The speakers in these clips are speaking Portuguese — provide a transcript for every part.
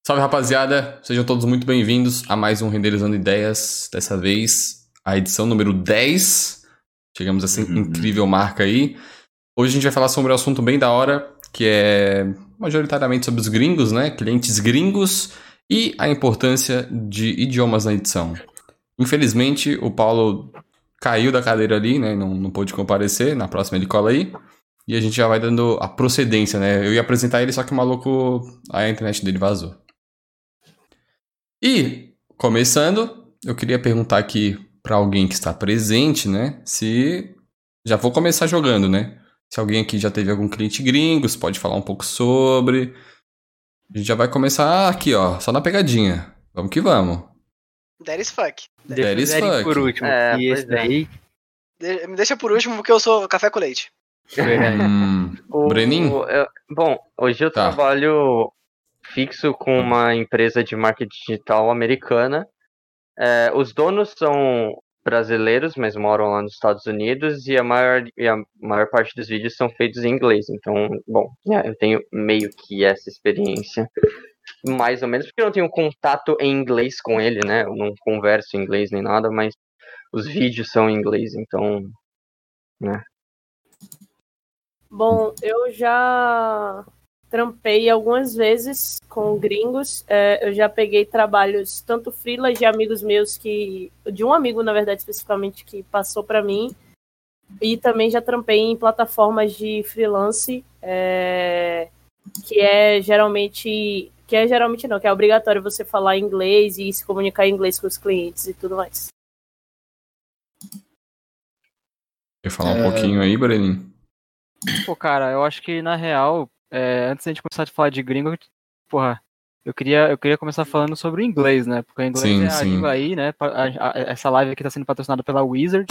Salve, rapaziada! Sejam todos muito bem-vindos a mais um Renderizando Ideias. Dessa vez, a edição número 10. Chegamos a essa incrível marca aí. Hoje a gente vai falar sobre um assunto bem da hora, que é majoritariamente sobre os gringos, né? Clientes gringos e a importância de idiomas na edição. Infelizmente, o Paulo caiu da cadeira ali, né? Não pôde comparecer. Na próxima ele cola aí. E a gente já vai dando a procedência, né? Eu ia apresentar ele, só que o maluco, a internet dele vazou. E, começando, eu queria perguntar aqui para alguém que está presente, né? Se... Já vou começar jogando, né? Se alguém aqui já teve algum cliente gringo, você pode falar um pouco sobre. A gente já vai começar aqui, ó, só na pegadinha. Vamos que vamos. That is fuck. That is fuck. Por último, e esse daí... Me deixa por último porque eu sou café com leite. Breninho? Bom, hoje eu trabalho fixo com uma empresa de marketing digital americana. Os donos são brasileiros, mas moram lá nos Estados Unidos, e a maior parte dos vídeos são feitos em inglês. Então, bom, eu tenho meio que essa experiência, mais ou menos, porque eu não tenho contato em inglês com ele, né? Eu não converso em inglês nem nada, mas os vídeos são em inglês, então, né? Bom, eu já trampei algumas vezes com gringos. Eu já peguei trabalhos, tanto freelas de amigos meus de um amigo, na verdade, especificamente, que passou para mim. E também já trampei em plataformas de freelance, que é obrigatório você falar inglês e se comunicar em inglês com os clientes e tudo mais. Quer falar um pouquinho aí, Breninho? Pô, cara, eu acho que, na real, antes da gente começar a falar de gringo, porra, eu queria começar falando sobre o inglês, né? Porque o inglês a língua aí, né? Essa live aqui tá sendo patrocinada pela Wizard.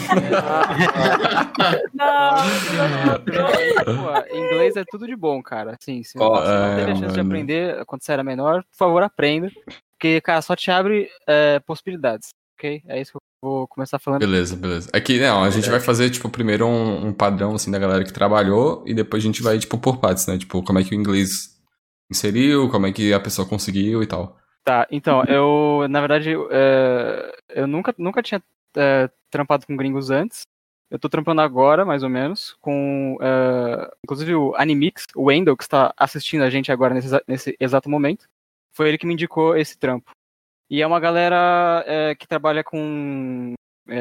Pô, inglês é tudo de bom, cara. Assim, se você não teve a chance de aprender quando você era menor, por favor, aprenda. Porque, cara, só te abre possibilidades, ok? É isso que eu vou começar falando. Beleza. Aqui, não, a gente vai fazer, tipo, primeiro um padrão, assim, da galera que trabalhou, e depois a gente vai, tipo, por partes, né? Tipo, como é que o inglês inseriu, como é que a pessoa conseguiu e tal. Tá, então, na verdade, eu nunca tinha trampado com gringos antes. Eu tô trampando agora, mais ou menos, com, inclusive, o Animix, o Wendel, que está assistindo a gente agora nesse exato momento, foi ele que me indicou esse trampo. E é uma galera que trabalha com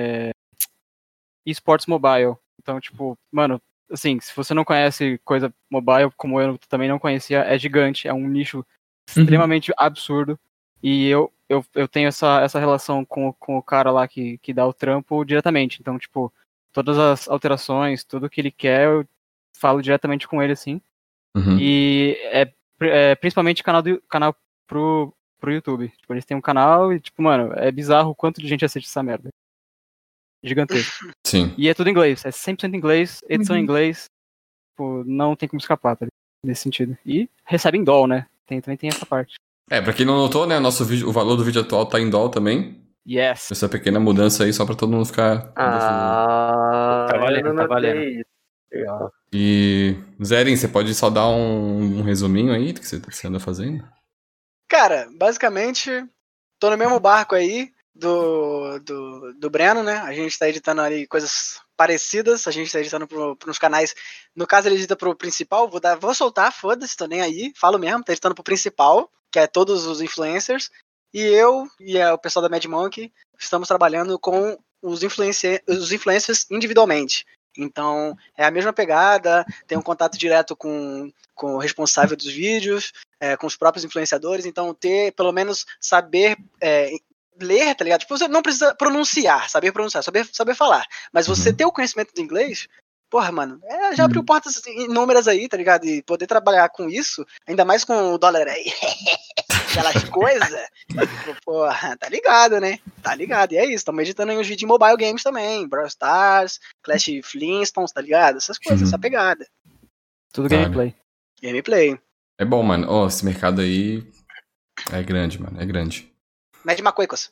esportes mobile. Então, tipo, mano, assim, se você não conhece coisa mobile, como eu também não conhecia, é gigante, é um nicho extremamente absurdo. E eu tenho essa relação com o cara lá que dá o trampo diretamente. Então, tipo, todas as alterações, tudo que ele quer, eu falo diretamente com ele, assim. E principalmente canal pro YouTube. Tipo, eles têm um canal e, tipo, mano, é bizarro o quanto de gente assiste essa merda. Gigantesco. Sim. E é tudo em inglês. É 100% inglês, edição em inglês. Tipo, não tem como escapar, tá? Nesse sentido. E recebe em doll, né? Também tem essa parte. Pra quem não notou, né? O valor do vídeo atual tá em doll também. Yes. Essa pequena mudança aí, só pra todo mundo ficar... Tá valendo. Legal. E, Zerin, você pode só dar um resuminho aí do que você anda fazendo? Cara, basicamente, tô no mesmo barco aí do Breno, né? A gente tá editando ali coisas parecidas, a gente tá editando pros canais. No caso, ele edita pro principal, vou soltar, foda-se, tô nem aí, falo mesmo, tá editando pro principal, que é todos os influencers, e eu e o pessoal da Mad Monkey estamos trabalhando com os influencers individualmente. Então, é a mesma pegada, tem um contato direto com o responsável dos vídeos, com os próprios influenciadores, então pelo menos saber ler, tá ligado? Tipo, você não precisa saber pronunciar, saber falar, mas você ter o conhecimento do inglês, porra, mano, já abriu portas inúmeras aí, tá ligado? E poder trabalhar com isso, ainda mais com o dólar aí, aquelas coisas, porra, tá ligado, né? Tá ligado, e é isso, estamos editando uns vídeos de mobile games também, Brawl Stars, Clash Flintstones, tá ligado? Essas coisas, essa pegada. Tudo gameplay. É bom, mano, esse mercado aí é grande, mano, é grande. Mad Macuecos.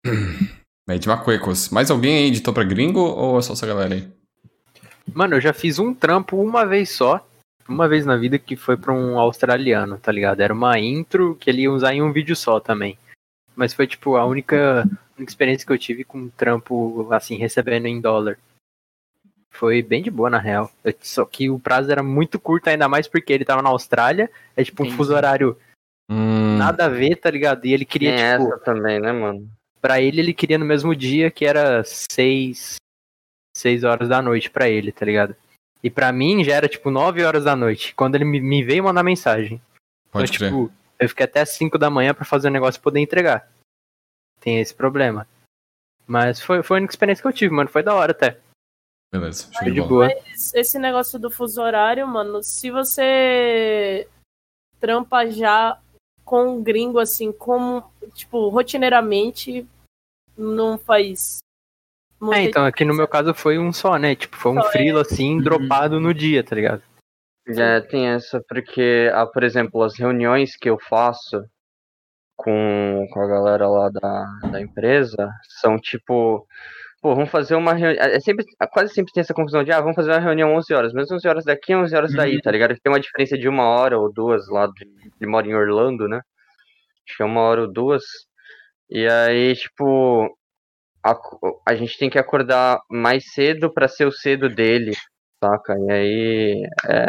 Mais alguém aí editou pra gringo ou é só essa galera aí? Mano, eu já fiz um trampo uma vez só uma vez na vida que foi pra um australiano, tá ligado? Era uma intro que ele ia usar em um vídeo só também. Mas foi, tipo, a única experiência que eu tive com um trampo, assim, recebendo em dólar. Foi bem de boa, na real. Só que o prazo era muito curto, ainda mais porque ele tava na Austrália. É, tipo, um fuso horário nada a ver, tá ligado? E ele queria, tipo... essa também, né, mano? Pra ele queria no mesmo dia, que era 6 horas da noite pra ele, tá ligado? E pra mim já era, tipo, 9 horas da noite. Quando ele me veio mandar mensagem. Pode crer. Tipo, eu fiquei até 5 da manhã pra fazer o negócio e poder entregar. Tem esse problema. Mas foi a única experiência que eu tive, mano. Foi da hora até. Beleza, Foi de boa. Mas esse negócio do fuso horário, mano, se você trampa já com um gringo, assim, como, tipo, rotineiramente, não faz... Então, aqui no meu caso foi um só, né? Tipo, foi um freela, assim, dropado no dia, tá ligado? Tem essa, porque, por exemplo, as reuniões que eu faço com a galera lá da empresa são tipo... Pô, vamos fazer uma reunião. Quase sempre tem essa confusão de, vamos fazer uma reunião 11 horas, mas 11 horas daqui, 11 horas daí, tá ligado? Tem uma diferença de 1 hora ou 2 lá, ele mora em Orlando, né? Acho que é 1 hora ou 2. E aí, tipo, a gente tem que acordar mais cedo pra ser o cedo dele, saca? E aí,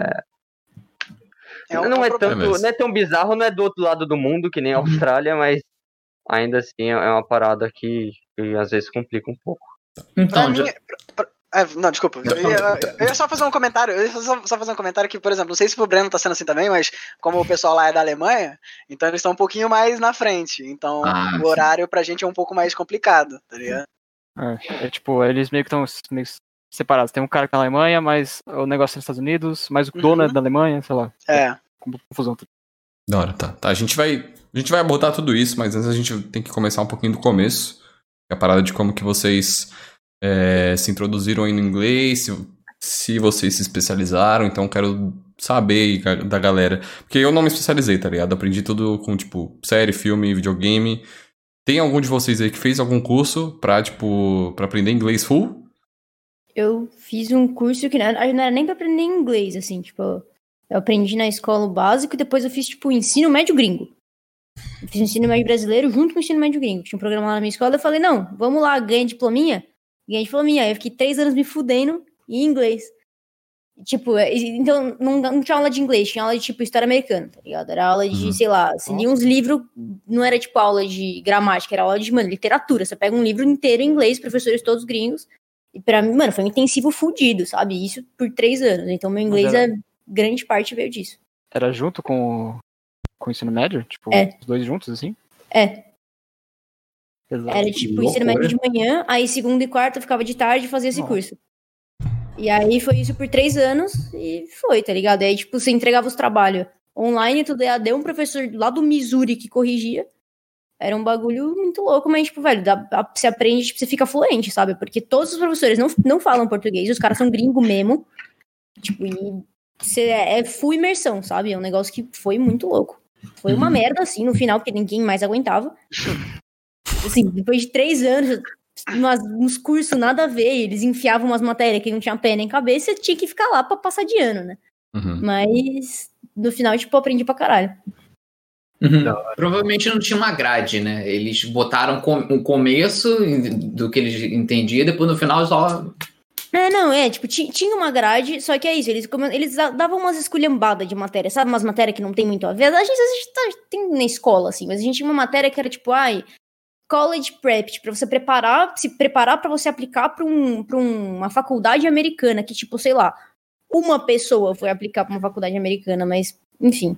não é tão bizarro, não é do outro lado do mundo, que nem a Austrália, mas ainda assim é uma parada que às vezes complica um pouco. Então, não, desculpa. Eu ia só fazer um comentário. Que, por exemplo, não sei se pro Breno tá sendo assim também, mas como o pessoal lá é da Alemanha, então eles estão um pouquinho mais na frente. Então o horário pra gente é um pouco mais complicado, tá ligado? Tipo, eles meio que estão meio separados. Tem um cara que tá na Alemanha, mas o negócio é nos Estados Unidos, mas o dono é da Alemanha, sei lá. Confusão. Da hora, tá. A gente vai abordar tudo isso, mas antes a gente tem que começar um pouquinho do começo. A parada de como que vocês se introduziram aí no inglês, se vocês se especializaram, então quero saber aí da galera. Porque eu não me especializei, tá ligado? Aprendi tudo com, tipo, série, filme, videogame. Tem algum de vocês aí que fez algum curso pra aprender inglês full? Eu fiz um curso que não era nem pra aprender inglês, assim, tipo... Eu aprendi na escola básica e depois eu fiz, tipo, ensino médio gringo. Eu fiz ensino médio brasileiro junto com o ensino médio gringo. Tinha um programa lá na minha escola, eu falei, não, vamos lá, ganha diplominha. Ganhei diplominha. Aí eu fiquei 3 anos me fudendo em inglês. Tipo, então não tinha aula de inglês, tinha aula de, tipo, história americana, tá ligado? Era aula de, sei lá, você lia uns livros, não era, tipo, aula de gramática, era aula de, mano, literatura. Você pega um livro inteiro em inglês, professores todos gringos. E pra mim, mano, foi um intensivo fudido, sabe? Isso por 3 anos. Então meu inglês grande parte veio disso. Era junto com o ensino médio? Tipo, os dois juntos, assim? Exato. Era tipo ensino médio de manhã, aí segunda e quarta eu ficava de tarde e fazia esse curso. E aí foi isso por 3 anos e foi, tá ligado? E aí, tipo, você entregava os trabalhos online, tudo EAD, um professor lá do Missouri que corrigia. Era um bagulho muito louco, mas, tipo, velho, você aprende, tipo, você fica fluente, sabe? Porque todos os professores não falam português, os caras são gringos mesmo. Tipo, e é full imersão, sabe? É um negócio que foi muito louco. Foi uma merda, assim, no final, porque ninguém mais aguentava. Assim, depois de 3 anos, uns cursos nada a ver, eles enfiavam umas matérias que não tinha pé nem cabeça, tinha que ficar lá pra passar de ano, né? Mas, no final, tipo, eu aprendi pra caralho. Provavelmente não tinha uma grade, né? Eles botaram um começo do que eles entendiam, depois no final só... tipo, tinha uma grade, só que é isso, eles davam umas esculhambadas de matéria, sabe? Umas matérias que não tem muito a ver. A gente tem na escola, assim, mas a gente tinha uma matéria que era tipo, college prep, pra você se preparar pra você aplicar pra uma faculdade americana, que tipo, sei lá, uma pessoa foi aplicar pra uma faculdade americana, mas, enfim.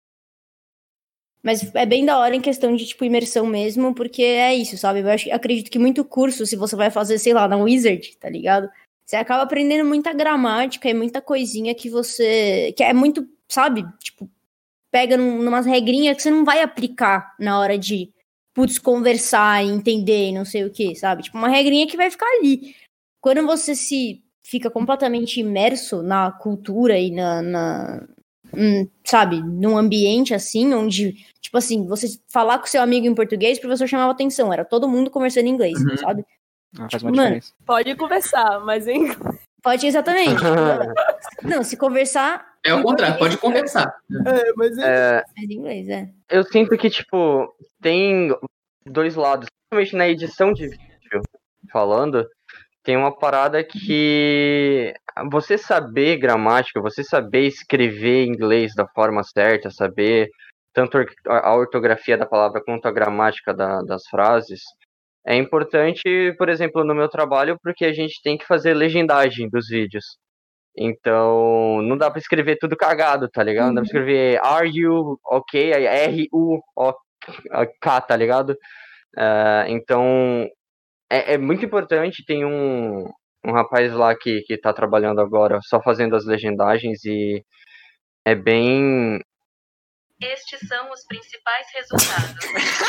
Mas é bem da hora em questão de, tipo, imersão mesmo, porque é isso, sabe? Acredito que muito curso, se você vai fazer, sei lá, na Wizard, tá ligado? Você acaba aprendendo muita gramática e muita coisinha que é muito, sabe? Tipo, pega numas regrinhas que você não vai aplicar na hora de, conversar e entender e não sei o que, sabe? Tipo, uma regrinha que vai ficar ali. Quando você fica completamente imerso na cultura e sabe, num ambiente assim, onde, tipo assim, você falar com seu amigo em português, o professor chamava atenção, era todo mundo conversando em inglês, sabe? Faz uma diferença. Pode conversar, mas em... Pode, exatamente. Não, se conversar É o contrário, pode conversar. Mas em inglês, Eu sinto que, tipo, tem dois lados. Principalmente na edição de vídeo, falando, tem uma parada que você saber gramática, você saber escrever inglês da forma certa, saber tanto a ortografia da palavra quanto a gramática das frases, é importante, por exemplo, no meu trabalho, porque a gente tem que fazer legendagem dos vídeos. Então, não dá pra escrever tudo cagado, tá ligado? Não dá pra escrever are you ok, aí R-U-O-K, tá ligado? Então, é muito importante. Tem um rapaz lá que tá trabalhando agora só fazendo as legendagens e é bem... Estes são os principais resultados.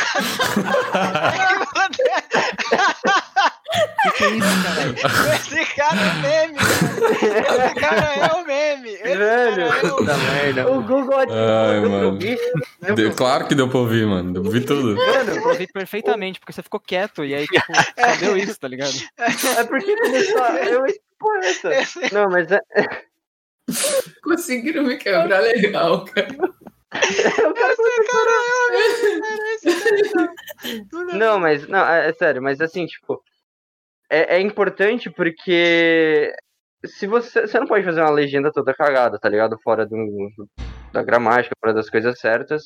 Que é isso, caralho? Esse cara é meme, esse cara é o meme. Velho, puta merda. O Google mano. Claro que deu pra ouvir, mano. Deu pra ouvir tudo. Mano, eu ouvi perfeitamente, porque você ficou quieto e aí, tipo, só deu isso, tá ligado? É porque eu essa. Não, mas Conseguiram me quebrar legal, cara. Não, mas não, é sério, mas assim, tipo, é importante porque se você não pode fazer uma legenda toda cagada, tá ligado? Fora da gramática, fora das coisas certas.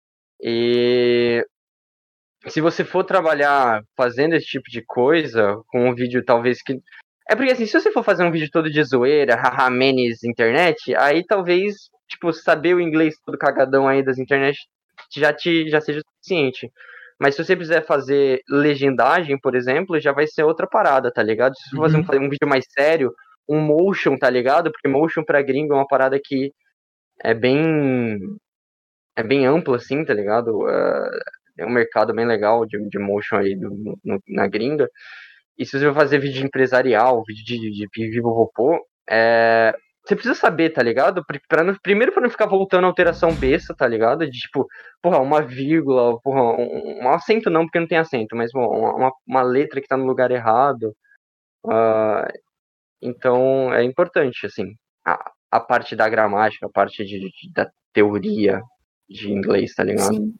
E se você for trabalhar fazendo esse tipo de coisa, com um vídeo talvez que... É porque assim, se você for fazer um vídeo todo de zoeira, haha, memes, internet, aí talvez, tipo, saber o inglês todo cagadão aí das internet já seja suficiente. Mas se você quiser fazer legendagem, por exemplo, já vai ser outra parada, tá ligado? Se você for fazer um vídeo mais sério, um motion, tá ligado? Porque motion pra gringo é uma parada que é bem amplo, assim, tá ligado? É um mercado bem legal de motion aí na gringa. E se você vai fazer vídeo empresarial, vídeo de pivopopô, você precisa saber, tá ligado? Primeiro pra não ficar voltando a alteração besta, tá ligado? De tipo, porra, uma vírgula, porra, um acento não, porque não tem acento, mas uma letra que tá no lugar errado. Então é importante, assim, a parte da gramática, a parte da teoria de inglês, tá ligado? Sim.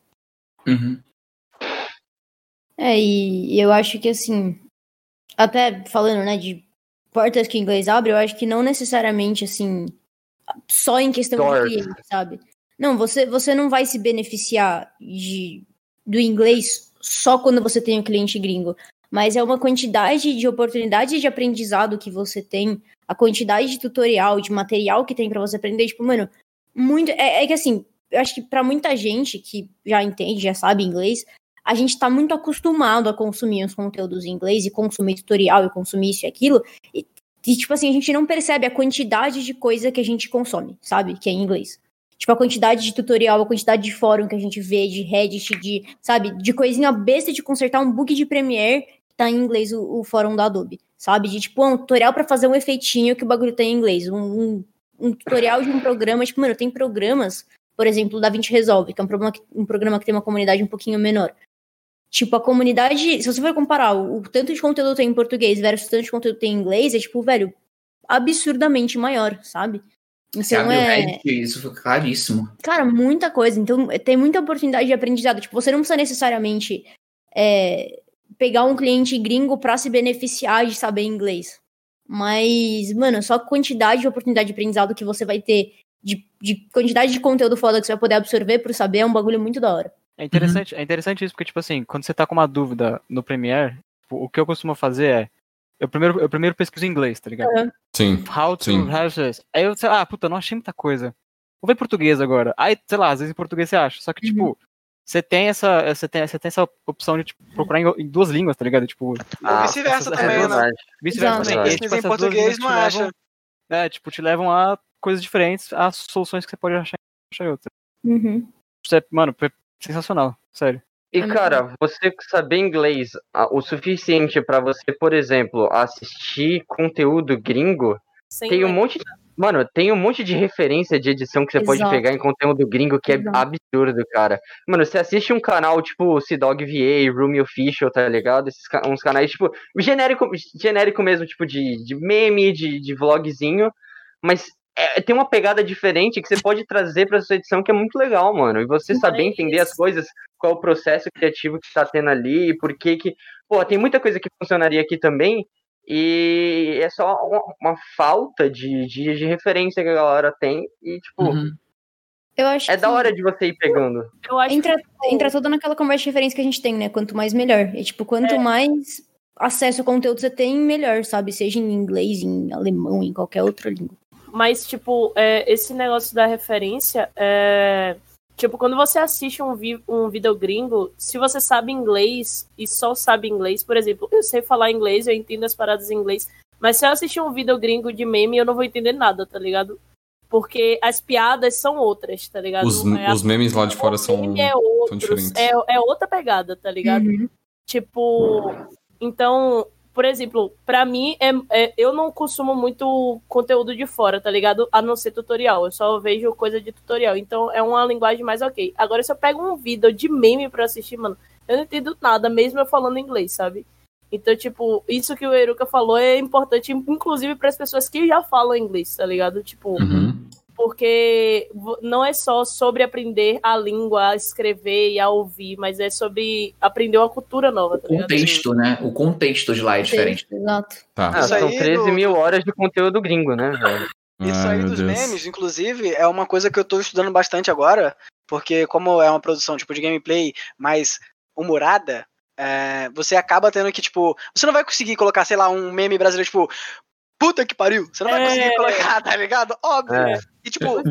E eu acho que, assim, até falando, né, de portas que o inglês abre, eu acho que não necessariamente, assim, só em questão de cliente, sabe? Não, você não vai se beneficiar do inglês só quando você tem um cliente gringo, mas é uma quantidade de oportunidades de aprendizado que você tem, a quantidade de tutorial, de material que tem pra você aprender, tipo, mano, muito... É que, assim, eu acho que pra muita gente que já entende, já sabe inglês, a gente tá muito acostumado a consumir os conteúdos em inglês e consumir tutorial e consumir isso e aquilo. E tipo assim, a gente não percebe a quantidade de coisa que a gente consome, sabe? Que é em inglês. Tipo, a quantidade de tutorial, a quantidade de fórum que a gente vê, de Reddit, sabe? De coisinha besta de consertar um bug de Premiere, tá em inglês o fórum da Adobe, sabe? De, tipo, um tutorial pra fazer um efeitinho que o bagulho tá em inglês. Um tutorial de um programa. Tipo, mano, tem programas, por exemplo, o DaVinci Resolve, que é um programa que tem uma comunidade um pouquinho menor. Tipo, a comunidade, se você for comparar o tanto de conteúdo que tem em português versus o tanto de conteúdo que tem em inglês, é tipo, velho, absurdamente maior, sabe? Então isso fica claríssimo. Cara, muita coisa. Então, tem muita oportunidade de aprendizado. Tipo, você não precisa necessariamente pegar um cliente gringo pra se beneficiar de saber inglês. Mas, mano, só a quantidade de oportunidade de aprendizado que você vai ter, de quantidade de conteúdo foda que você vai poder absorver por saber, é um bagulho muito da hora. É interessante isso, porque, tipo assim, quando você tá com uma dúvida no Premiere, tipo, o que eu costumo fazer é, eu primeiro pesquiso em inglês, tá ligado? Sim. How to have this. Aí eu sei, puta, não achei muita coisa. Vou ver português agora. Aí, sei lá, às vezes em português você acha. Só que, tipo, você tem essa opção de tipo, procurar em duas línguas, tá ligado? Tipo, vice-versa também, né? Vice-versa também. Tipo, em português não acha. Tipo, te levam a coisas diferentes, a soluções que você pode achar em outra. Mano, sensacional, sério. E, cara, você saber inglês o suficiente pra você, por exemplo, assistir conteúdo gringo, tem um monte de... Mano, tem um monte de referência de edição que você pode pegar em conteúdo gringo que é absurdo, cara. Mano, você assiste um canal tipo C-Dog VA, Roomie Official, tá ligado? Uns canais, tipo, genérico mesmo, tipo de meme, de vlogzinho, mas tem uma pegada diferente que você pode trazer pra sua edição que é muito legal, mano. E você saber entender as coisas, qual é o processo criativo que tá tendo ali, e por que que... Pô, tem muita coisa que funcionaria aqui também, e é só uma falta de referência que a galera tem, e tipo... Eu acho da hora de você ir pegando. Eu acho entra toda naquela conversa de referência que a gente tem, né? Quanto mais, melhor. E, tipo, quanto mais acesso ao conteúdo você tem, melhor, sabe? Seja em inglês, em alemão, em qualquer outra língua. Mas, tipo, esse negócio da referência, tipo, quando você assiste um vídeo gringo, se você sabe inglês e só sabe inglês, por exemplo, eu sei falar inglês, eu entendo as paradas em inglês, mas se eu assistir um vídeo gringo de meme, eu não vou entender nada, tá ligado? Porque as piadas são outras, tá ligado? Os memes lá de fora são diferentes. É outra pegada, tá ligado? Tipo, então, por exemplo, pra mim, eu não consumo muito conteúdo de fora, tá ligado? A não ser tutorial, eu só vejo coisa de tutorial. Então, é uma linguagem mais ok. Agora, se eu pego um vídeo de meme pra assistir, mano, eu não entendo nada, mesmo eu falando inglês, sabe? Então, tipo, isso que o Eruka falou é importante, inclusive para as pessoas que já falam inglês, tá ligado? Tipo, porque não é só sobre aprender a língua, a escrever e a ouvir, mas é sobre aprender uma cultura nova, tá ligado? O contexto, né? O contexto de lá é diferente. Exato. Tá. São 13 mil horas de conteúdo gringo, né, velho? Isso aí dos memes, inclusive, é uma coisa que eu tô estudando bastante agora, porque como é uma produção tipo de gameplay mais humorada, você acaba tendo que, tipo, você não vai conseguir colocar, sei lá, um meme brasileiro, tipo, puta que pariu, você não vai conseguir colocar, tá ligado? Óbvio. E, tipo,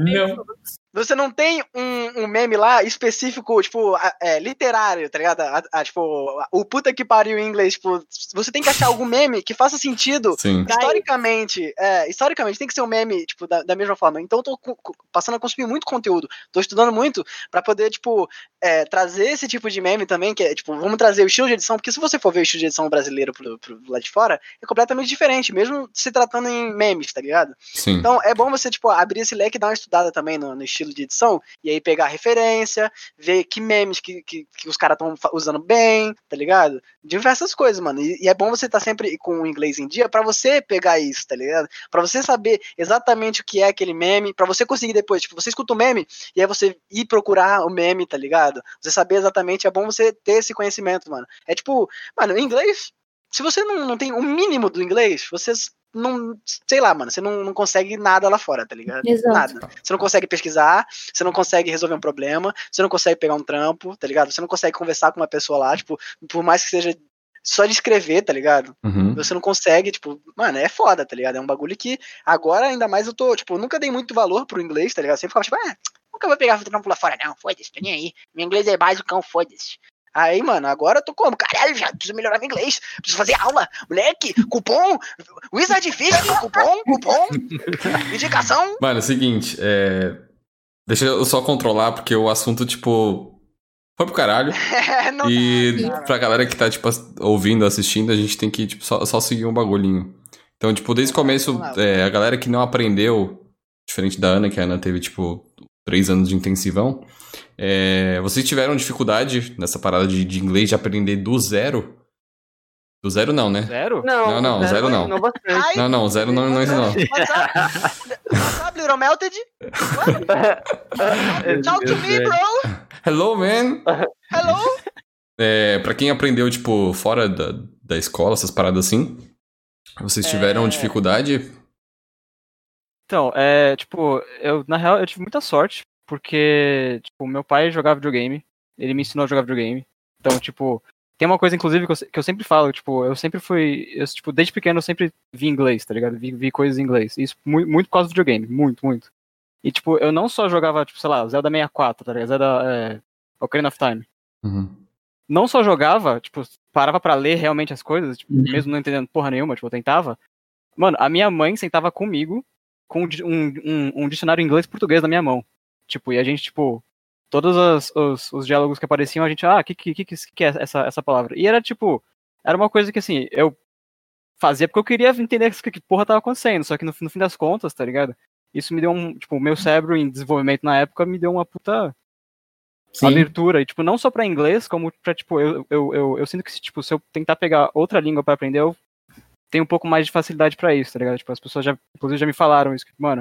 você não tem um meme lá específico, tipo, literário, tá ligado? Tipo, o puta que pariu em inglês, tipo, você tem que achar algum meme que faça sentido. Sim. Historicamente tem que ser um meme, tipo, da mesma forma. Então eu tô passando a consumir muito conteúdo, tô estudando muito pra poder, tipo, trazer esse tipo de meme também, que é, tipo, vamos trazer o estilo de edição, porque se você for ver o estilo de edição brasileiro pro lado de fora, é completamente diferente, mesmo se tratando em memes, tá ligado? Sim. Então é bom você, tipo, abrir esse leque e dar uma estudada também no estilo de edição, e aí pegar referência, ver que memes que os caras estão usando bem, tá ligado? Diversas coisas, mano. E é bom você estar sempre com o inglês em dia pra você pegar isso, tá ligado? Pra você saber exatamente o que é aquele meme, pra você conseguir depois, tipo, você escuta o meme, e aí você ir procurar o meme, tá ligado? Você saber exatamente, é bom você ter esse conhecimento, mano. É tipo, mano, em inglês, se você não tem o mínimo do inglês, você não, sei lá, mano, você não consegue nada lá fora, tá ligado? Exato. Nada. Você não consegue pesquisar, você não consegue resolver um problema, você não consegue pegar um trampo, tá ligado? Você não consegue conversar com uma pessoa lá, tipo, por mais que seja só de escrever, tá ligado? Você não consegue, tipo, mano, é foda, tá ligado? É um bagulho que agora ainda mais eu tô, tipo, nunca dei muito valor pro inglês, tá ligado? Sempre ficava, tipo, nunca vou pegar trampo lá fora, não, foda-se, tô nem aí. Meu inglês é básico, foda-se. Aí, mano, agora eu tô como? Caralho, já preciso melhorar meu inglês. Preciso fazer aula. Moleque, cupom. Wizard Fish, cupom. Indicação. Mano, é o seguinte, deixa eu só controlar, porque o assunto, tipo, foi pro caralho. Pra galera que tá, tipo, ouvindo, assistindo, a gente tem que, tipo, só seguir um bagulhinho. Então, tipo, desde o começo, a galera que não aprendeu, diferente da Ana, que a Ana teve, tipo, 3 anos de intensivão, vocês tiveram dificuldade nessa parada de inglês, de aprender do zero? Do zero não, né? Zero? Não, zero não. Não, zero não ensinou. What's up, little melted? Talk to me, bro. Hello, man. Hello. Pra quem aprendeu, tipo, fora da escola, essas paradas assim, vocês tiveram dificuldade? Então, tipo, na real, eu tive muita sorte, porque, tipo, meu pai jogava videogame, ele me ensinou a jogar videogame. Então, tipo, tem uma coisa, inclusive, que eu sempre falo, tipo, tipo, desde pequeno eu sempre vi inglês, tá ligado? Vi coisas em inglês. Isso muito por causa do videogame, muito. E, tipo, eu não só jogava, tipo, sei lá, Zelda 64, tá ligado? Zelda Ocarina of Time. Não só jogava, tipo, parava pra ler realmente as coisas, tipo, mesmo não entendendo porra nenhuma, tipo, eu tentava. Mano, a minha mãe sentava comigo com um dicionário inglês-português na minha mão. Tipo, e a gente, tipo, todos os diálogos que apareciam, a gente, que é essa palavra? E era, tipo, era uma coisa que, assim, eu fazia porque eu queria entender que porra tava acontecendo, só que no fim das contas, tá ligado? Isso me deu tipo, o meu cérebro em desenvolvimento na época me deu uma puta abertura, e, tipo, não só pra inglês, como pra, tipo, eu sinto que, tipo, se eu tentar pegar outra língua pra aprender, eu tenho um pouco mais de facilidade pra isso, tá ligado? Tipo, as pessoas inclusive já me falaram isso, que, mano,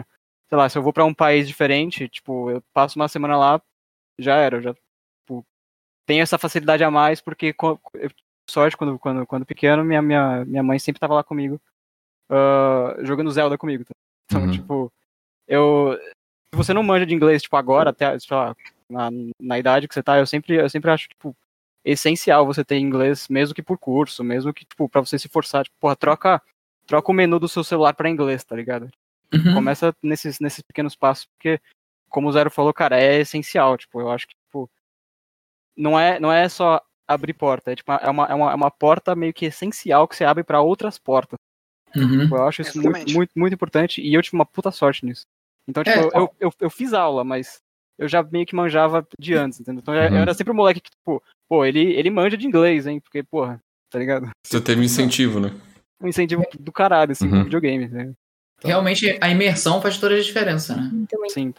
sei lá, se eu vou pra um país diferente, tipo, eu passo uma semana lá, já era, eu já, tipo, tenho essa facilidade a mais, porque, sorte, quando pequeno, minha mãe sempre tava lá comigo, jogando Zelda comigo. Então, tipo, se você não manja de inglês, tipo, agora, até, sei lá, na idade que você tá, eu sempre acho, tipo, essencial você ter inglês, mesmo que por curso, mesmo que, tipo, pra você se forçar, tipo, porra, troca o menu do seu celular pra inglês, tá ligado? Começa nesses pequenos passos, porque, como o Zero falou, cara, é essencial, tipo, eu acho que, tipo, não é só abrir porta, é, tipo, é uma porta meio que essencial que você abre pra outras portas. Tipo, eu acho isso muito, muito, muito importante, e eu tive uma puta sorte nisso. Então, tipo, eu fiz aula, mas eu já meio que manjava de antes, entendeu? Então eu era sempre um moleque que, tipo, pô, ele manja de inglês, hein? Porque, porra, tá ligado? Você teve um incentivo, né? Um incentivo do caralho, assim, com videogame, né? Então, realmente, a imersão faz toda a diferença, né? Sim,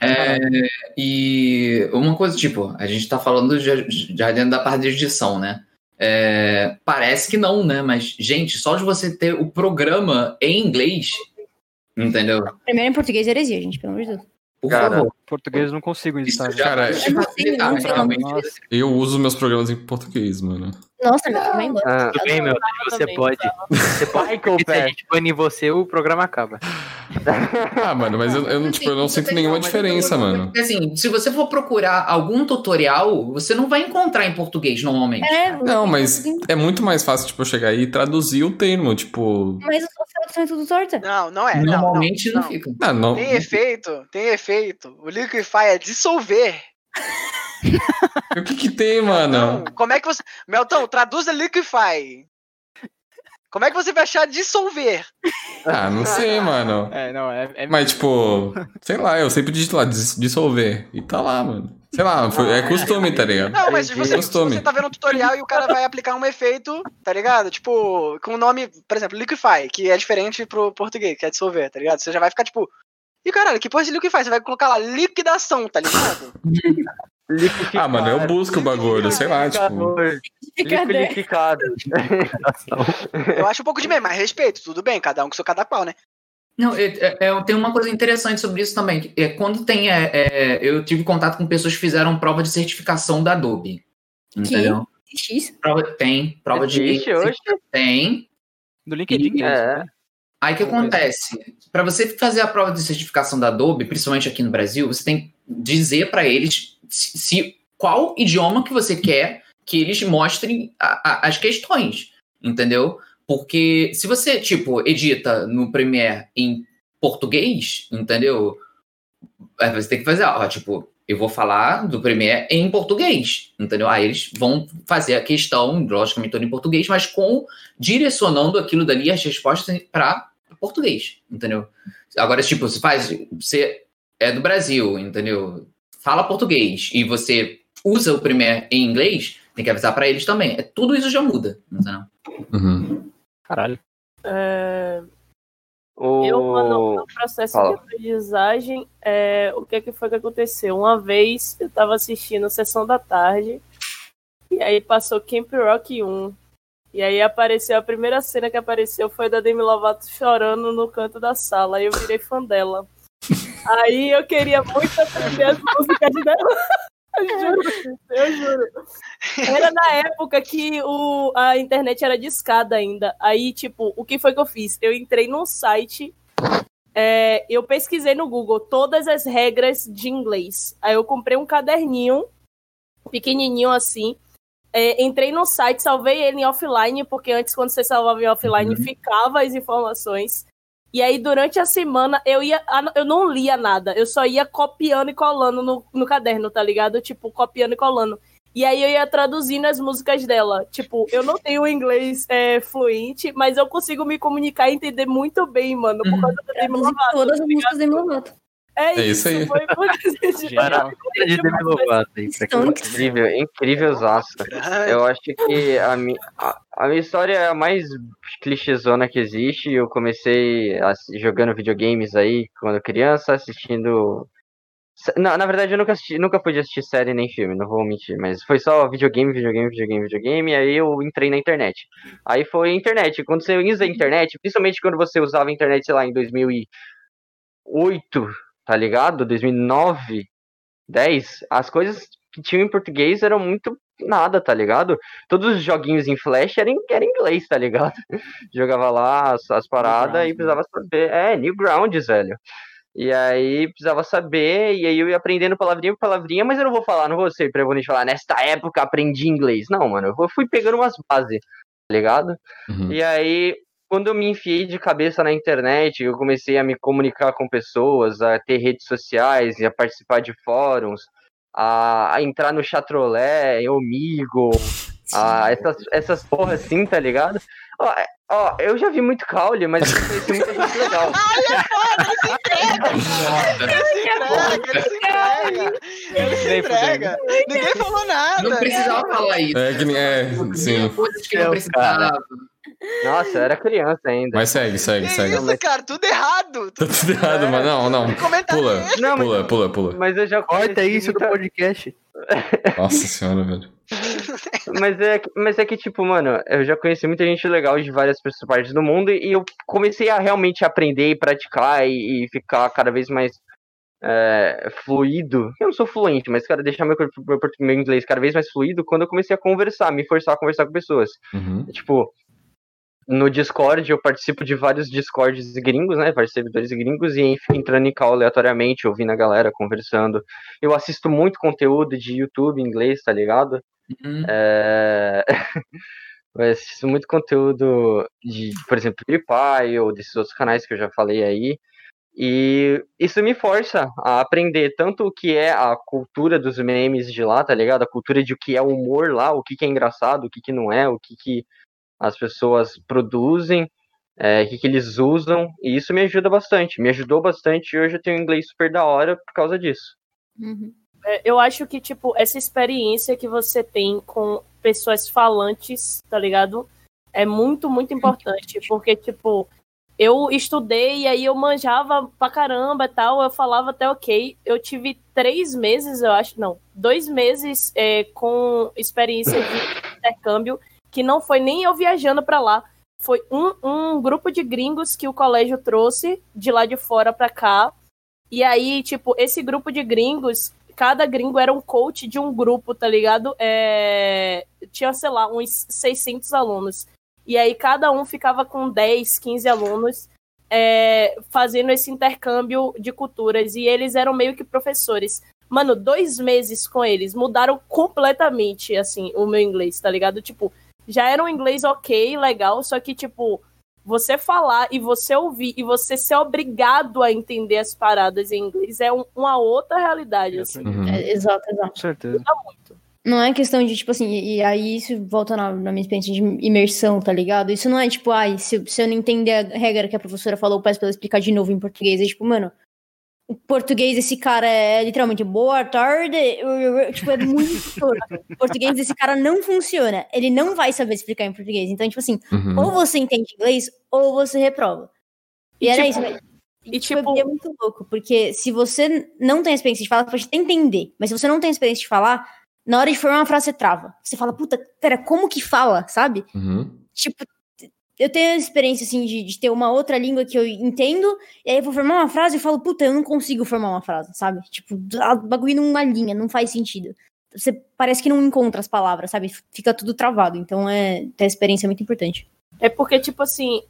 e uma coisa, tipo, a gente tá falando já dentro da parte de edição, né? Parece que não, né? Mas, gente, só de você ter o programa em inglês, entendeu? Primeiro em português é heresia, gente, pelo amor de Deus. Por favor. Português eu não consigo editar. Cara, eu uso meus programas em português, mano. Nossa, meu, vai embora. Tudo bem, meu, você pode. Você pode, porque se a gente banir você, o programa acaba. Mano, mas eu não sinto nenhuma diferença, mano. Porque, assim, se você for procurar algum tutorial, você não vai encontrar em português, normalmente. Não, mas é muito mais fácil, tipo, eu chegar aí e traduzir o termo, tipo... Mas a sua tradução é tudo torta. Não é. Normalmente não fica. Não. Tem efeito. O Liquify é dissolver. O que tem, mano? Como é que você... Meltão, traduza Liquify. Como é que você vai achar dissolver? Não sei, mano. Mas, tipo, sei lá, eu sempre digito lá, dissolver. E tá lá, mano. Sei lá, é costume, tá ligado? Não, mas se você tá vendo um tutorial e o cara vai aplicar um efeito, tá ligado? Tipo, com o nome, por exemplo, Liquify, que é diferente pro português, que é dissolver, tá ligado? Você já vai ficar, tipo... E caralho, que porra de Liquify? Você vai colocar lá liquidação, tá ligado? Mano, eu busco o bagulho, sei lá, tipo... Liquidificado. Eu acho um pouco de meme, mas respeito, tudo bem, cada um com seu cada qual, né? Não, tem uma coisa interessante sobre isso também. Quando tem... eu tive contato com pessoas que fizeram prova de certificação da Adobe. Entendeu? Existe isso? Tem. Prova Existe hoje? Tem. Do LinkedIn. Aí o que acontece? Para você fazer a prova de certificação da Adobe, principalmente aqui no Brasil, você tem que dizer para eles qual idioma que você quer que eles mostrem as questões, entendeu? Porque se você, tipo, edita no Premiere em português, entendeu? Você tem que fazer, tipo, eu vou falar do Premiere em português, entendeu? Aí eles vão fazer a questão, logicamente, toda em português, mas direcionando aquilo dali, as respostas para português, entendeu? Agora, tipo, você é do Brasil, entendeu? Fala português e você usa o Premiere em inglês, tem que avisar para eles também. Tudo isso já muda, entendeu? Caralho. No processo de aprendizagem, o que foi que aconteceu? Uma vez eu tava assistindo Sessão da Tarde, e aí passou Camp Rock 1. E aí apareceu, a primeira cena que apareceu foi da Demi Lovato chorando no canto da sala, aí eu virei fã dela. Aí eu queria muito aprender as músicas dela. Eu juro. Era na época que a internet era discada ainda. Aí, tipo, o que foi que eu fiz? Eu entrei num site, eu pesquisei no Google todas as regras de inglês. Aí eu comprei um caderninho, pequenininho assim, entrei no site, salvei ele em offline, porque antes, quando você salvava em offline, ficava as informações. E aí, durante a semana, eu não lia nada. Eu só ia copiando e colando no caderno, tá ligado? Tipo, copiando e colando. E aí, eu ia traduzindo as músicas dela. Tipo, eu não tenho inglês fluente, mas eu consigo me comunicar e entender muito bem, mano. Por causa da Demi Lovato. Todas as músicas da Demi Lovato. É isso aí. Foi de Demi Lovato aí. Incrível Zasca. Eu acho que a minha história é a mais clichêzona que existe. Eu comecei jogando videogames aí quando criança, assistindo... Na verdade, eu nunca pude assistir série nem filme, não vou mentir, mas foi só videogame, e aí eu entrei na internet. Aí foi a internet. Quando você usa a internet, principalmente quando você usava a internet, sei lá, em 2008, tá ligado? 2009, 10, as coisas que tinham em português eram muito nada, tá ligado? Todos os joguinhos em Flash eram em inglês, tá ligado? Jogava lá as paradas e precisava saber. Newgrounds, velho. E aí precisava saber, e aí eu ia aprendendo palavrinha por palavrinha, mas eu não vou ser preponente falar, nesta época aprendi inglês. Não, mano, eu fui pegando umas bases, tá ligado? Uhum. E aí, quando eu me enfiei de cabeça na internet, eu comecei a me comunicar com pessoas, a ter redes sociais, a participar de fóruns, a entrar no Chatrolé, Omigo, essas porra assim, tá ligado? Ó, eu já vi muito caule, mas eu conheci muita gente legal. Ele se entrega. Ninguém falou nada. Não precisava falar isso. Sim. Coisas que não precisava. Nossa, eu era criança ainda. Mas segue. Isso, cara, tudo errado. Tudo errado, mas não. Pula. Mas eu já corta isso do podcast. Nossa senhora, velho. Mas é que, tipo, mano, eu já conheci muita gente legal de várias partes do mundo e eu comecei a realmente aprender e praticar e ficar cada vez mais fluido. Eu não sou fluente, mas, cara, deixar meu inglês cada vez mais fluido quando eu comecei a conversar, me forçar a conversar com pessoas. Uhum. Tipo, no Discord, eu participo de vários Discords gringos, né, vários servidores gringos, e entrando em call aleatoriamente, ouvindo a galera conversando. Eu assisto muito conteúdo de YouTube em inglês, tá ligado? Uhum. Eu assisto muito conteúdo de, por exemplo, PewDiePie ou desses outros canais que eu já falei aí. E isso me força a aprender tanto o que é a cultura dos memes de lá, tá ligado? A cultura de o que é o humor lá, o que é engraçado, o que não é, o que as pessoas produzem, o que eles usam. E isso me ajuda bastante, me ajudou bastante e hoje eu tenho um inglês super da hora por causa disso. Uhum. Eu acho que, tipo, essa experiência que você tem com pessoas falantes, tá ligado? É muito, muito importante, porque, tipo, eu estudei e aí eu manjava pra caramba e tal, eu falava até ok. Eu tive 3 meses, eu acho, não, 2 meses com experiência de intercâmbio, que não foi nem eu viajando pra lá, foi um grupo de gringos que o colégio trouxe de lá de fora pra cá, e aí, tipo, esse grupo de gringos, cada gringo era um coach de um grupo, tá ligado? Tinha, sei lá, uns 600 alunos. E aí cada um ficava com 10, 15 alunos fazendo esse intercâmbio de culturas. E eles eram meio que professores. Mano, 2 meses com eles mudaram completamente, assim, o meu inglês, tá ligado? Tipo, já era um inglês ok, legal, só que, tipo, você falar e você ouvir e você ser obrigado a entender as paradas em inglês é uma outra realidade, assim. Uhum. Exato. Com certeza. Muda muito. Não é questão de, tipo assim, e aí isso volta na minha experiência de imersão, tá ligado? Isso não é tipo, se eu não entender a regra que a professora falou, eu peço pra ela explicar de novo em português. É tipo, mano, o português desse cara é literalmente boa tarde, tipo, é muito torto. O português desse cara não funciona. Ele não vai saber explicar em português. Então, tipo assim, ou você entende inglês, ou você reprova. E era isso, né? E tipo, é muito louco, porque se você não tem experiência de falar, você pode até entender. Mas se você não tem experiência de falar, na hora de formar uma frase, você trava. Você fala, puta, pera, como que fala, sabe? Uhum. Tipo, eu tenho a experiência, assim, de ter uma outra língua que eu entendo, e aí eu vou formar uma frase e falo, puta, eu não consigo formar uma frase, sabe? Tipo, o bagulho numa linha, não faz sentido. Você parece que não encontra as palavras, sabe? Fica tudo travado. Então, ter a experiência é muito importante. É porque, tipo assim,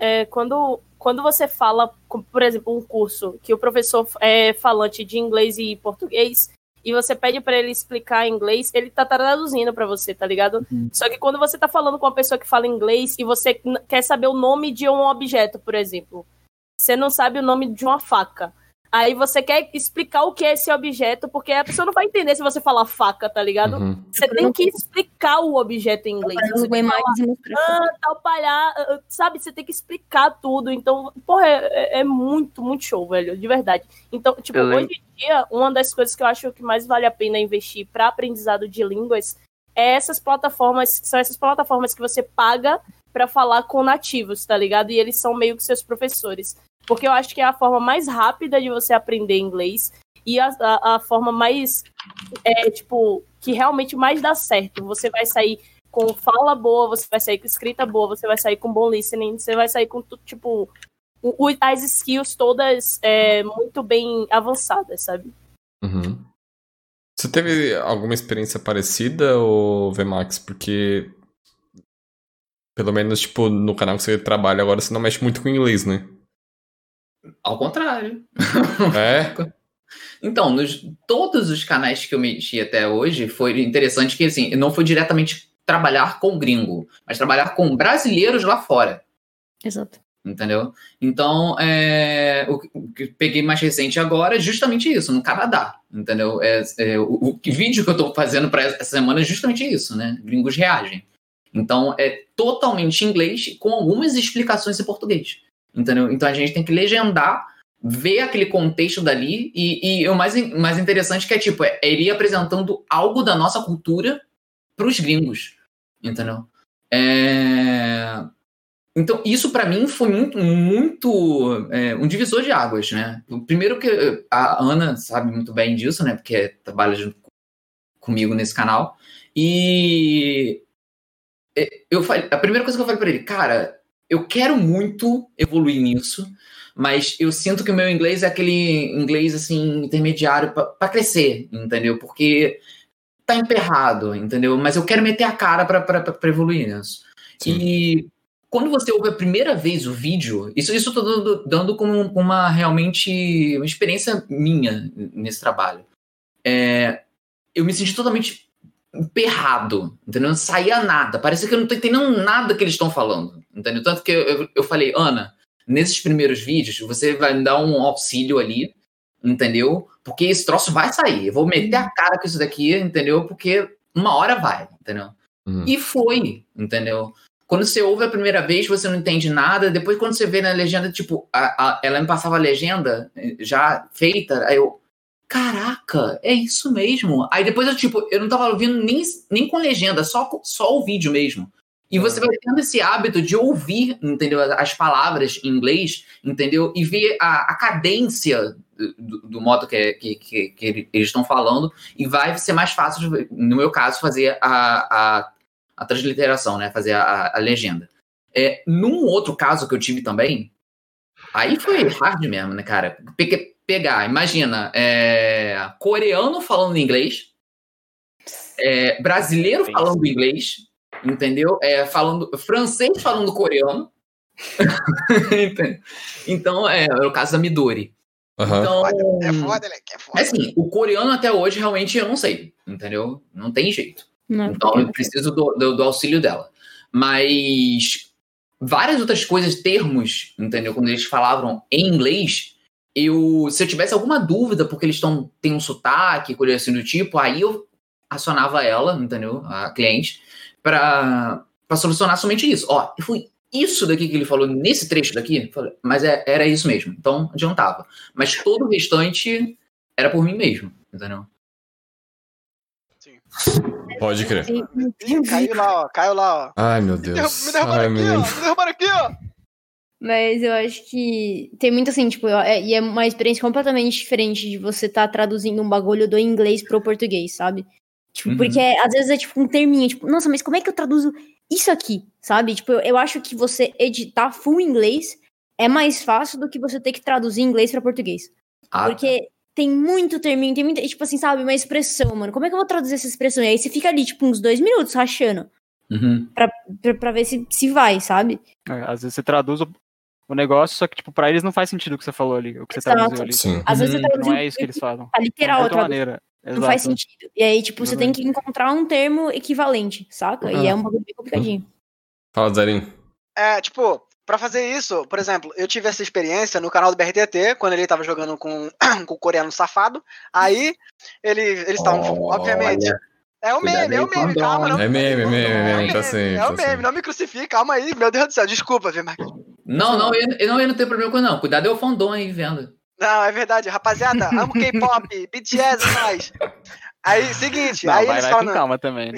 quando você fala, por exemplo, um curso que o professor é falante de inglês e português, e você pede pra ele explicar em inglês, ele tá traduzindo pra você, tá ligado? Só que quando você tá falando com uma pessoa que fala inglês e você quer saber o nome de um objeto, por exemplo, você não sabe o nome de uma faca. Aí você quer explicar o que é esse objeto, porque a pessoa não vai entender se você falar faca, tá ligado? Uhum. Você tem que explicar o objeto em inglês. Você tem que falar, tal palhar, sabe? Você tem que explicar tudo. Então, porra, é muito, muito show, velho, de verdade. Então, tipo, hoje em dia, uma das coisas que eu acho que mais vale a pena investir para aprendizado de línguas é essas plataformas, são essas plataformas que você paga para falar com nativos, tá ligado? E eles são meio que seus professores. Porque eu acho que é a forma mais rápida de você aprender inglês e a forma mais, tipo, que realmente mais dá certo. Você vai sair com fala boa, você vai sair com escrita boa, você vai sair com bom listening, você vai sair com tudo, tipo, as skills todas muito bem avançadas, sabe? Uhum. Você teve alguma experiência parecida, ou VMAX? Porque, pelo menos, tipo, no canal que você trabalha agora, você não mexe muito com inglês, né? Ao contrário. É? Então, todos os canais que eu mexi até hoje, foi interessante que, assim, não foi diretamente trabalhar com gringo, mas trabalhar com brasileiros lá fora. Exato. Entendeu? Então, o que eu peguei mais recente agora é justamente isso, no Canadá, entendeu? O vídeo que eu tô fazendo para essa semana é justamente isso, né? Gringos reagem. Então, é totalmente em inglês, com algumas explicações em português, entendeu? Então, a gente tem que legendar, ver aquele contexto dali, e o mais interessante que é, tipo, ele ir apresentando algo da nossa cultura pros gringos, entendeu? Então, isso pra mim foi muito um divisor de águas, né? Primeiro que a Ana sabe muito bem disso, né? Porque trabalha junto comigo nesse canal. E a primeira coisa que eu falei pra ele, cara, eu quero muito evoluir nisso, mas eu sinto que o meu inglês é aquele inglês, assim, intermediário pra crescer, entendeu? Porque tá emperrado, entendeu? Mas eu quero meter a cara pra evoluir nisso. Sim. E quando você ouve a primeira vez o vídeo, isso eu tô dando como realmente uma experiência minha nesse trabalho. Eu me senti totalmente emperrado, entendeu? Não saía nada. Parece que eu não tô entendendo nada que eles estão falando, entendeu? Tanto que eu falei, Ana, nesses primeiros vídeos, você vai me dar um auxílio ali, entendeu? Porque esse troço vai sair. Eu vou meter a cara com isso daqui, entendeu? Porque uma hora vai, entendeu? E foi, entendeu? Quando você ouve a primeira vez, você não entende nada. Depois, quando você vê na legenda, tipo, ela me passava a legenda já feita, aí eu, caraca, é isso mesmo. Aí depois eu não tava ouvindo nem com legenda, só o vídeo mesmo. E você vai tendo esse hábito de ouvir, entendeu? As palavras em inglês, entendeu? E ver a cadência do modo que eles estão falando. E vai ser mais fácil, no meu caso, fazer a transliteração, né? Fazer a legenda. Num outro caso que eu tive também, aí foi hard mesmo, né, cara? Pegar, imagina, coreano falando inglês, brasileiro falando inglês, entendeu? Francês falando coreano. Então, é o caso da Midori. Então, é foda, né? É foda. Assim, o coreano até hoje realmente eu não sei, entendeu? Não tem jeito. Então eu preciso do auxílio dela. Mas várias outras coisas, termos, entendeu? Quando eles falavam em inglês, se eu tivesse alguma dúvida, porque eles têm um sotaque, coisa assim do tipo, aí eu acionava ela, entendeu? A cliente, pra solucionar somente isso. Ó, foi isso daqui que ele falou nesse trecho daqui, mas era isso mesmo. Então adiantava. Mas todo o restante era por mim mesmo, entendeu? Sim. Pode crer. Caiu lá, ó. Ai, meu Deus. Me derrubaram aqui, ó. Mas eu acho que tem muito assim, tipo, e é uma experiência completamente diferente de você estar traduzindo um bagulho do inglês pro português, sabe? Tipo, porque às vezes é tipo um terminho, tipo, nossa, mas como é que eu traduzo isso aqui, sabe? Tipo, eu acho que você editar full inglês é mais fácil do que você ter que traduzir inglês pra português. Porque tem muito terminho, tem muito, tipo assim, sabe, uma expressão, mano. Como é que eu vou traduzir essa expressão? E aí você fica ali, tipo, uns 2 minutos rachando. Pra ver se vai, sabe? Às vezes você traduz o negócio, só que, tipo, pra eles não faz sentido o que você falou ali, o que você traduziu ali. Sim. Às vezes você traduz não é isso que eles falam. A literal, de outra maneira. Não Exato. faz sentido. E aí, tipo, você tem que encontrar um termo equivalente, saca? E é um bagulho bem complicadinho. Fala, Zarin. Tipo, pra fazer isso, por exemplo, eu tive essa experiência no canal do BRTT, quando ele tava jogando com o coreano safado. Aí, eles estavam, obviamente... É o meme, calma, não. É meme, tá sempre. É o meme, não me crucifique, calma aí, meu Deus do céu, desculpa, viu, Marquinhos? Não, eu não tenho problema com não. Cuidado, é o fandom aí vendo. Não, é verdade, rapaziada, amo K-pop, BTS e mais. Aí, seguinte, não, aí vai eles com falam... calma também, né?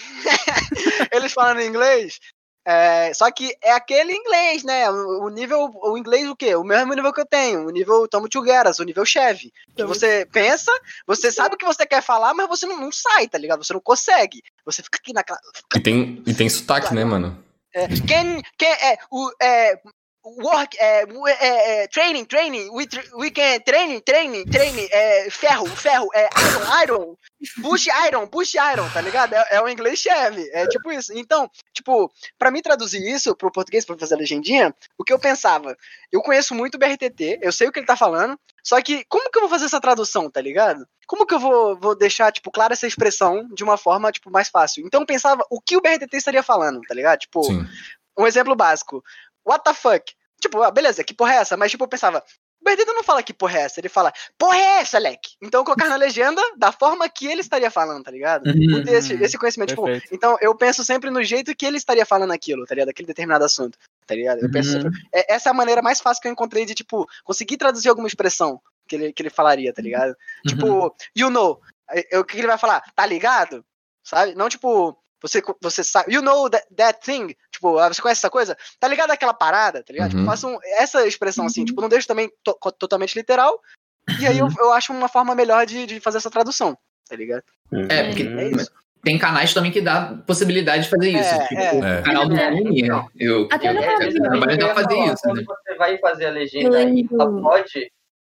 Eles falando em inglês, só que é aquele inglês, né? O nível, o inglês o quê? O mesmo nível que eu tenho, o nível Tomo Tchugueras, o nível Chevy. Que você pensa, você sabe o que você quer falar, mas você não sai, tá ligado? Você não consegue. Você fica aqui naquela... E tem sotaque, né, mano? work, training, we can training, ferro, iron, push iron, tá ligado? É o inglês chave, é tipo isso. Então, tipo, pra mim traduzir isso pro português, pra fazer a legendinha, o que eu pensava, eu conheço muito o BRTT, eu sei o que ele tá falando, só que como que eu vou fazer essa tradução, tá ligado? Como que eu vou deixar, tipo, clara essa expressão de uma forma, tipo, mais fácil? Então eu pensava o que o BRTT estaria falando, tá ligado? Tipo, Sim. um exemplo básico. What the fuck? Tipo, beleza, que porra é essa? Mas, tipo, eu pensava, o BRTT não fala que porra é essa, ele fala, porra é essa, leque? Então eu colocar na legenda da forma que ele estaria falando, tá ligado? Por ter esse conhecimento, tipo, então eu penso sempre no jeito que ele estaria falando aquilo, tá ligado? Aquele determinado assunto, tá ligado? Eu penso sempre, essa é a maneira mais fácil que eu encontrei de, tipo, conseguir traduzir alguma expressão que ele falaria, tá ligado? Tipo, you know, o que ele vai falar? Tá ligado? Sabe? Não, tipo, você sabe, you know that thing, tipo, você conhece essa coisa? Tá ligado aquela parada, tá ligado? Tipo, faço essa expressão assim, tipo, não deixo também totalmente literal, e aí eu acho uma forma melhor de fazer essa tradução, tá ligado? Porque tem canais também que dá possibilidade de fazer isso. O canal do Vini, eu trabalho pra fazer isso. Quando você vai fazer a legenda aí, ela pode...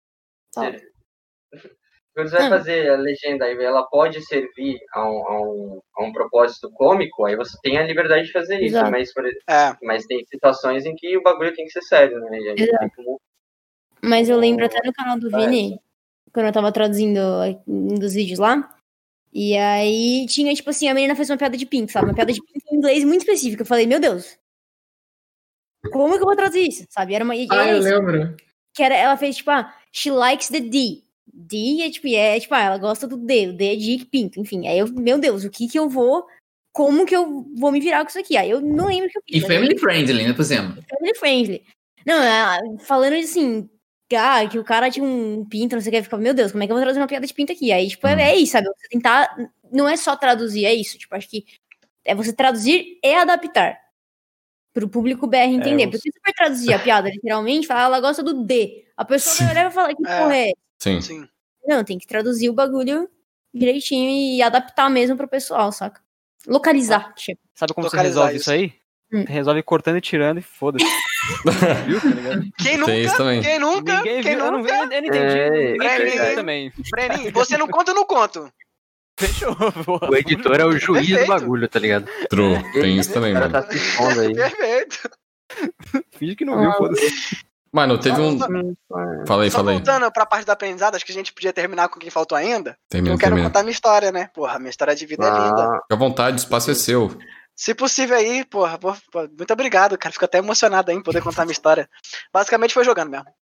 Quando você vai fazer a legenda aí, ela pode servir a um propósito cômico, aí você tem a liberdade de fazer isso, mas tem situações em que o bagulho tem que ser sério, né? E aí mas eu lembro até no canal do Vini, quando eu tava traduzindo um dos vídeos lá, e aí tinha, tipo assim, a menina fez uma piada de pinto, sabe? Uma piada de pinto em inglês muito específica. Eu falei, meu Deus, como que eu vou traduzir isso, sabe? Era uma... eu lembro. Que ela fez, tipo, she likes the D. D é tipo, ela gosta do D. O D é de pinto, enfim. Aí eu, meu Deus, como que eu vou me virar com isso aqui? Aí eu não lembro o que eu fiz. E family friendly, né, por exemplo? Family friendly. Não, falando assim, que o cara tinha um pinto, não sei o que, ficava, meu Deus, como é que eu vou traduzir uma piada de pinto aqui? Aí, tipo, é isso, sabe? Você tentar, não é só traduzir, é isso. Tipo, acho que é você traduzir e adaptar pro público BR entender. Porque se você for traduzir a piada, literalmente, falar, ela gosta do D. A pessoa vai olhar e vai falar, que porra é? Sim. Não, tem que traduzir o bagulho direitinho e adaptar mesmo pro pessoal, saca? Localizar. Sabe como você resolve isso aí? Você resolve cortando e tirando e foda-se. Viu, tá ligado? Quem nunca? Eu não entendi. Breninho também. Breninho, você não conta, eu não conto. Fechou. O editor é o juiz do bagulho, tá ligado? True, tem isso também, mano. Tá se expondo aí. Perfeito. Finge que não viu, foda-se. Mano, teve Fala aí. Voltando pra parte do aprendizado, acho que a gente podia terminar com o que faltou ainda. Termina. Eu quero contar minha história, né? Porra, minha história de vida é linda. Fica à vontade, o espaço é seu. Se possível aí, porra, muito obrigado, cara. Fico até emocionado aí em poder contar minha história. Basicamente foi jogando mesmo.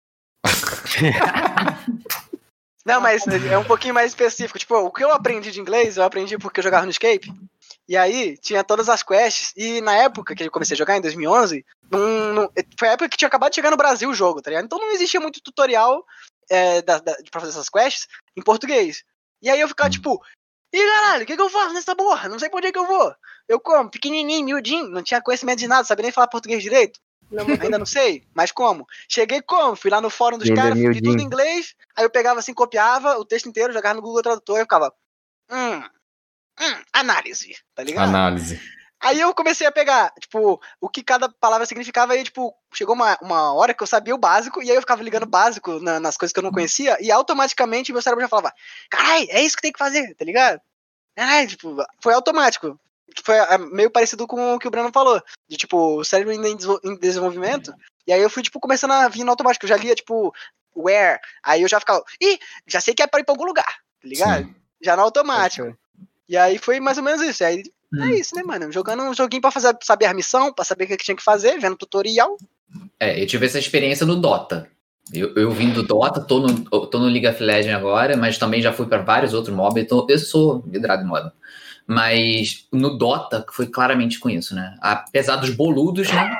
Não, mas é um pouquinho mais específico. Tipo, o que eu aprendi de inglês, eu aprendi porque eu jogava no Escape. E aí, tinha todas as quests. E na época que eu comecei a jogar, em 2011, foi a época que tinha acabado de chegar no Brasil o jogo, tá ligado? Então não existia muito tutorial pra fazer essas quests em português. E aí eu ficava tipo, ih, caralho, o que eu faço nessa porra? Não sei pra onde é que eu vou. Eu como, pequenininho, miudinho, não tinha conhecimento de nada, sabia nem falar português direito. Ainda não sei, mas como? Cheguei como? Fui lá no fórum dos caras, vi tudo em inglês, aí eu pegava assim, copiava o texto inteiro, jogava no Google Tradutor e eu ficava, análise, tá ligado? Análise. Aí eu comecei a pegar, tipo, o que cada palavra significava e, tipo, chegou uma hora que eu sabia o básico e aí eu ficava ligando o básico nas coisas que eu não conhecia e automaticamente meu cérebro já falava, carai, é isso que tem que fazer, tá ligado? Tipo, foi automático. Foi meio parecido com o que o Breno falou, de, tipo, o cérebro ainda em desenvolvimento, e aí eu fui, tipo, começando a vir no automático, eu já lia, tipo, where, aí eu já ficava, já sei que é pra ir pra algum lugar, tá ligado? Sim. Já no automático. E aí foi mais ou menos isso, aí é isso, né, mano? Jogando um joguinho pra saber a missão, pra saber o que tinha que fazer, vendo tutorial. Eu tive essa experiência no Dota. Eu vim do Dota, tô no League of Legends agora, mas também já fui pra vários outros MOBA, então eu sou vidrado em MOBA. Mas no Dota, foi claramente com isso, né? Apesar dos boludos, né?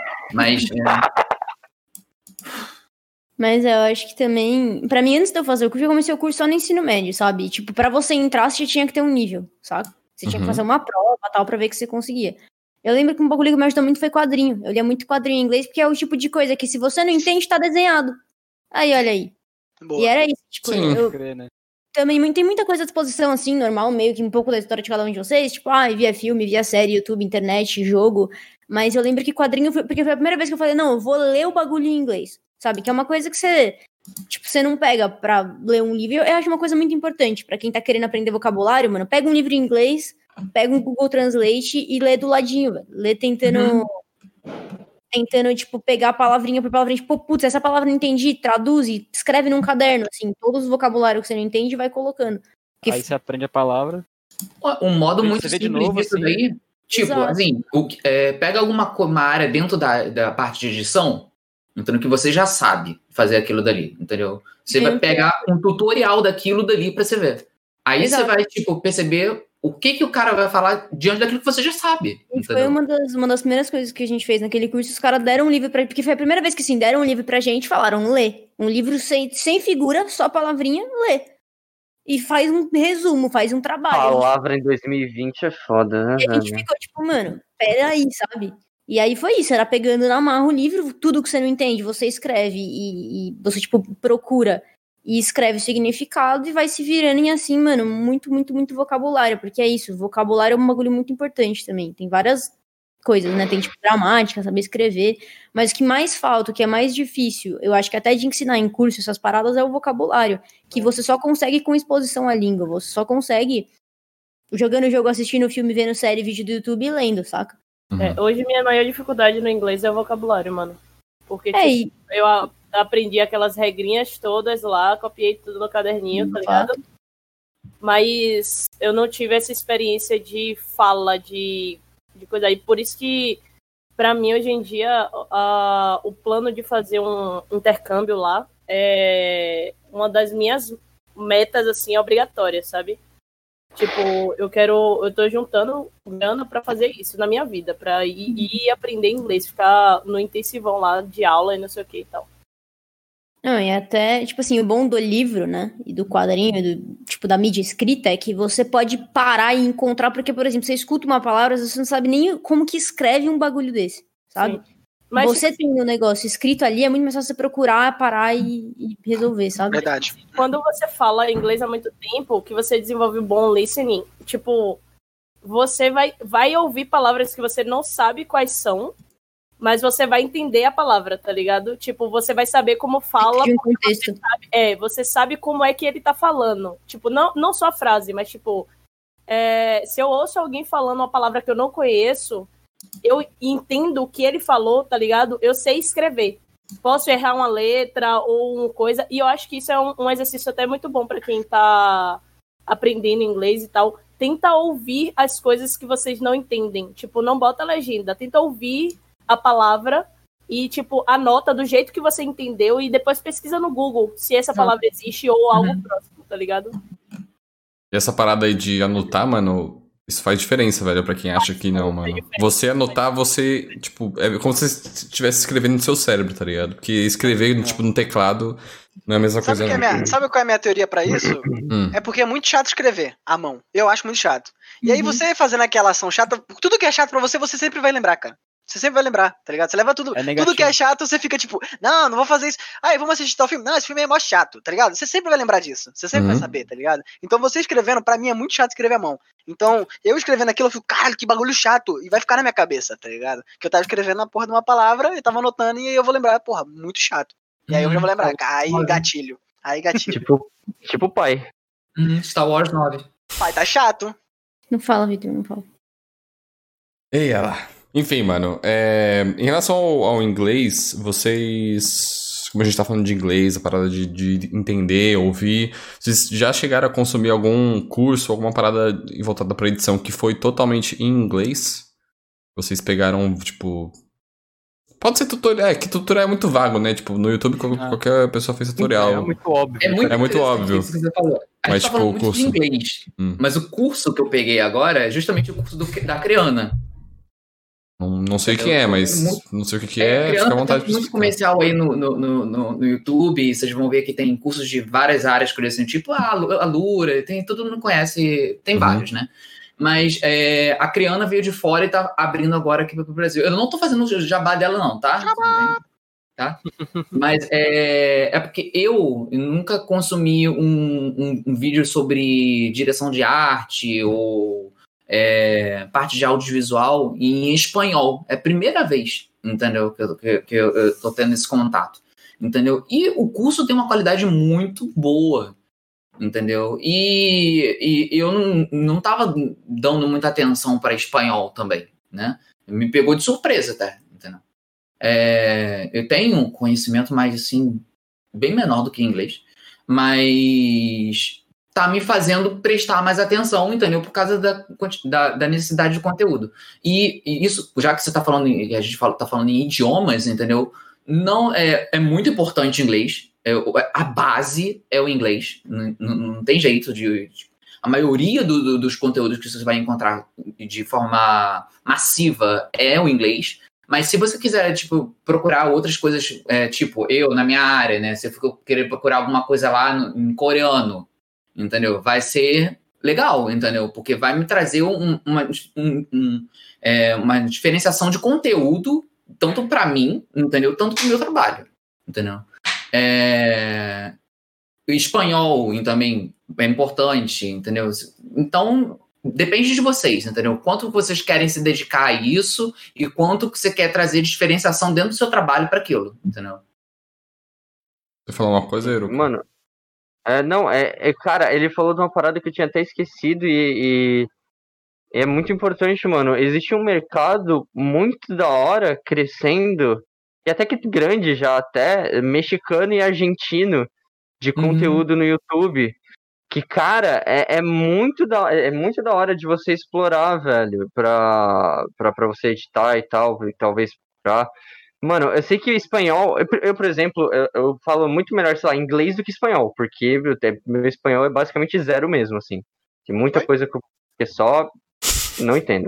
Mas eu acho que também... Pra mim, antes de eu fazer o curso, eu comecei o curso só no ensino médio, sabe? Tipo, pra você entrar, você tinha que ter um nível, sabe? Você tinha que fazer uma prova, tal, pra ver que você conseguia. Eu lembro que um bagulho que me ajudou muito foi quadrinho. Eu lia muito quadrinho em inglês, porque é o tipo de coisa que se você não entende, tá desenhado. Aí, olha aí. Boa. E era isso. Tipo, também tem muita coisa à disposição, assim, normal, meio que um pouco da história de cada um de vocês. Tipo, via filme, via série, YouTube, internet, jogo. Mas eu lembro que quadrinho foi... Porque foi a primeira vez que eu falei, não, eu vou ler o bagulho em inglês. Sabe? Que é uma coisa que você não pega pra ler um livro. Eu acho uma coisa muito importante pra quem tá querendo aprender vocabulário, mano. Pega um livro em inglês, pega um Google Translate e lê do ladinho, velho. Lê tentando, tipo, pegar palavrinha por palavrinha. Tipo, putz, essa palavra não entendi, traduz e escreve num caderno, assim. Todos os vocabulários que você não entende, vai colocando. Porque... Aí você aprende a palavra. Um modo muito Você vê de simples novo, disso assim. daí. Tipo, Exato. assim, pega uma área dentro da parte de edição, então que você já sabe fazer aquilo dali, entendeu? Você vai pegar um tutorial daquilo dali pra você ver. Aí Exato. você vai, tipo, perceber o que o cara vai falar diante daquilo que você já sabe. E foi uma das primeiras coisas que a gente fez naquele curso. Os caras deram um livro pra... Porque foi a primeira vez que, assim, deram um livro pra gente e falaram, lê. Um livro sem figura, só palavrinha, lê. E faz um resumo, faz um trabalho. Palavra em 2020 é foda, né, E a gente velho? ficou tipo, mano, peraí, sabe? E aí foi isso, era pegando na marra o livro, tudo que você não entende, você escreve e você, tipo, procura e escreve o significado e vai se virando em assim, mano, muito, muito, muito vocabulário, porque é isso, vocabulário é um bagulho muito importante também, tem várias coisas, né, tem tipo gramática, saber escrever, mas o que mais falta, o que é mais difícil, eu acho que até de ensinar em curso essas paradas é o vocabulário, que você só consegue com exposição à língua, você só consegue jogando jogo, assistindo filme, vendo série, vídeo do YouTube e lendo, saca? Hoje minha maior dificuldade no inglês é o vocabulário, mano. Porque tipo, eu aprendi aquelas regrinhas todas lá, copiei tudo no caderninho, tá ligado? Mas eu não tive essa experiência de fala, de coisa aí. Por isso que, pra mim, hoje em dia, o plano de fazer um intercâmbio lá é uma das minhas metas, assim, obrigatórias, sabe? Tipo, eu tô juntando grana pra fazer isso na minha vida, pra ir aprender inglês, ficar no intensivão lá de aula e não sei o que e tal. Não, e até, tipo assim, o bom do livro, né, e do quadrinho, tipo, da mídia escrita, é que você pode parar e encontrar, porque, por exemplo, você escuta uma palavra, você não sabe nem como que escreve um bagulho desse, sabe? Sim. Mas você tem um negócio escrito ali, é muito mais fácil você procurar, parar e resolver, sabe? Verdade. Quando você fala inglês há muito tempo, que você desenvolve um bom listening, tipo, você vai ouvir palavras que você não sabe quais são, mas você vai entender a palavra, tá ligado? Tipo, você vai saber como fala, um contexto. você sabe como é que ele tá falando. Tipo, não só a frase, mas tipo, se eu ouço alguém falando uma palavra que eu não conheço, eu entendo o que ele falou, tá ligado? Eu sei escrever. Posso errar uma letra ou uma coisa, e eu acho que isso é um exercício até muito bom pra quem tá aprendendo inglês e tal. Tenta ouvir as coisas que vocês não entendem. Tipo, não bota legenda, tenta ouvir a palavra e, tipo, anota do jeito que você entendeu e depois pesquisa no Google se essa palavra existe ou algo próximo, tá ligado? E essa parada aí de anotar, mano, isso faz diferença, velho, pra quem acha que não, mano. Você anotar, você, tipo, é como se você estivesse escrevendo no seu cérebro, tá ligado? Porque escrever, tipo, no teclado não é a mesma coisa, não. Sabe qual é a minha teoria pra isso? É porque é muito chato escrever à mão. Eu acho muito chato. E aí você fazendo aquela ação chata, tudo que é chato pra você sempre vai lembrar, cara. Você sempre vai lembrar, tá ligado? Você leva tudo que é chato, você fica tipo, não vou fazer isso. Vamos assistir tal filme. Não, esse filme é mó chato, tá ligado? Você sempre vai lembrar disso. Você sempre vai saber, tá ligado? Então você escrevendo, pra mim é muito chato escrever à mão. Então, eu escrevendo aquilo, eu fico, caralho, que bagulho chato. E vai ficar na minha cabeça, tá ligado? Que eu tava escrevendo a porra de uma palavra, e tava anotando, e aí eu vou lembrar, porra, muito chato. E aí eu já vou lembrar, aí gatilho. Aí gatilho. Tipo o pai. Star Wars 9. Pai, tá chato. Não fala, Victor, não fala. Ei, ela. Enfim, mano, em relação ao inglês, vocês, como a gente tá falando de inglês, a parada de entender, ouvir, vocês já chegaram a consumir algum curso, alguma parada voltada pra edição que foi totalmente em inglês? Vocês pegaram, tipo... Pode ser tutorial, que tutorial é muito vago, né? Tipo, no YouTube qualquer pessoa fez tutorial. É muito óbvio. É muito óbvio. Isso que você falou. A gente tá falando muito de inglês, mas o curso que eu peguei agora é justamente o curso da Creana. Não sei o que é, mas não sei o que é, fica à vontade. Tem muito comercial aí no YouTube, vocês vão ver que tem cursos de várias áreas, por exemplo, tipo a Lura, todo mundo conhece, tem vários, né? Mas a Creana veio de fora e tá abrindo agora aqui pro Brasil. Eu não tô fazendo o jabá dela não, tá? Jabá! Tá? Mas é porque eu nunca consumi um vídeo sobre direção de arte ou parte de audiovisual em espanhol. É a primeira vez, entendeu? Que eu tô tendo esse contato, entendeu? E o curso tem uma qualidade muito boa, entendeu? E eu não tava dando muita atenção para espanhol também, né? Me pegou de surpresa até, entendeu? Eu tenho um conhecimento mais, assim, bem menor do que inglês, mas tá me fazendo prestar mais atenção, entendeu? Por causa da necessidade de conteúdo. E isso, já que você tá falando, a gente tá falando em idiomas, entendeu? Não é muito importante o inglês. A base é o inglês. Não tem jeito a maioria dos conteúdos que você vai encontrar de forma massiva é o inglês. Mas se você quiser, tipo, procurar outras coisas, tipo, eu, na minha área, né? Se eu for querer procurar alguma coisa lá em coreano, entendeu? Vai ser legal, entendeu? Porque vai me trazer uma diferenciação de conteúdo, tanto para mim, entendeu? Tanto para o meu trabalho, entendeu? O espanhol também é importante, entendeu? Então, depende de vocês, entendeu? Quanto vocês querem se dedicar a isso e quanto que você quer trazer de diferenciação dentro do seu trabalho para aquilo, entendeu? Você falou uma coisa, Eero? Mano, cara, ele falou de uma parada que eu tinha até esquecido e é muito importante, mano. Existe um mercado muito da hora crescendo, e até que grande já, até mexicano e argentino, de conteúdo no YouTube. Que, cara, é muito da hora de você explorar, velho, pra você editar e tal, e talvez pra... Mano, eu sei que o espanhol, eu por exemplo, eu falo muito melhor, sei lá, inglês do que espanhol, porque meu espanhol é basicamente zero mesmo, assim. Tem muita coisa que eu só não entendo.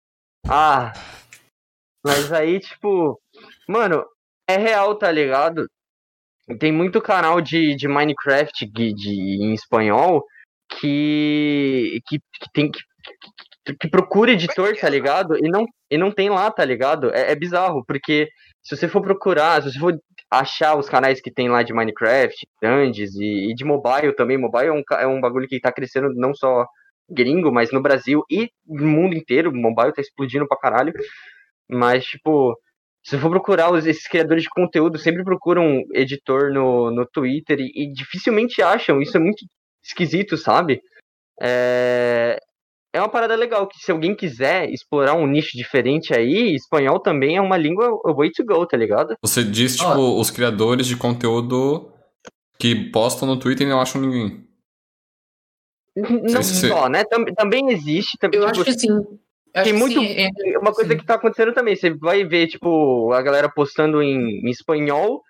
Mas aí, tipo, mano, é real, tá ligado? Tem muito canal de Minecraft em espanhol que procura editor, tá ligado? E não tem lá, tá ligado? É bizarro, porque se você for procurar, se você for achar os canais que tem lá de Minecraft, Dungeons e de mobile também, mobile é um bagulho que tá crescendo não só gringo, mas no Brasil e no mundo inteiro, o mobile tá explodindo pra caralho. Mas, tipo, se for procurar esses criadores de conteúdo, sempre procuram um editor no Twitter e dificilmente acham. Isso é muito esquisito, sabe? É uma parada legal, que se alguém quiser explorar um nicho diferente aí, espanhol também é uma língua way to go, tá ligado? Você diz, tipo, os criadores de conteúdo que postam no Twitter e não acham ninguém. Não só, né? Também existe. Também, eu acho que sim. Tem muito. Uma coisa que tá acontecendo também. Você vai ver, tipo, a galera postando em espanhol,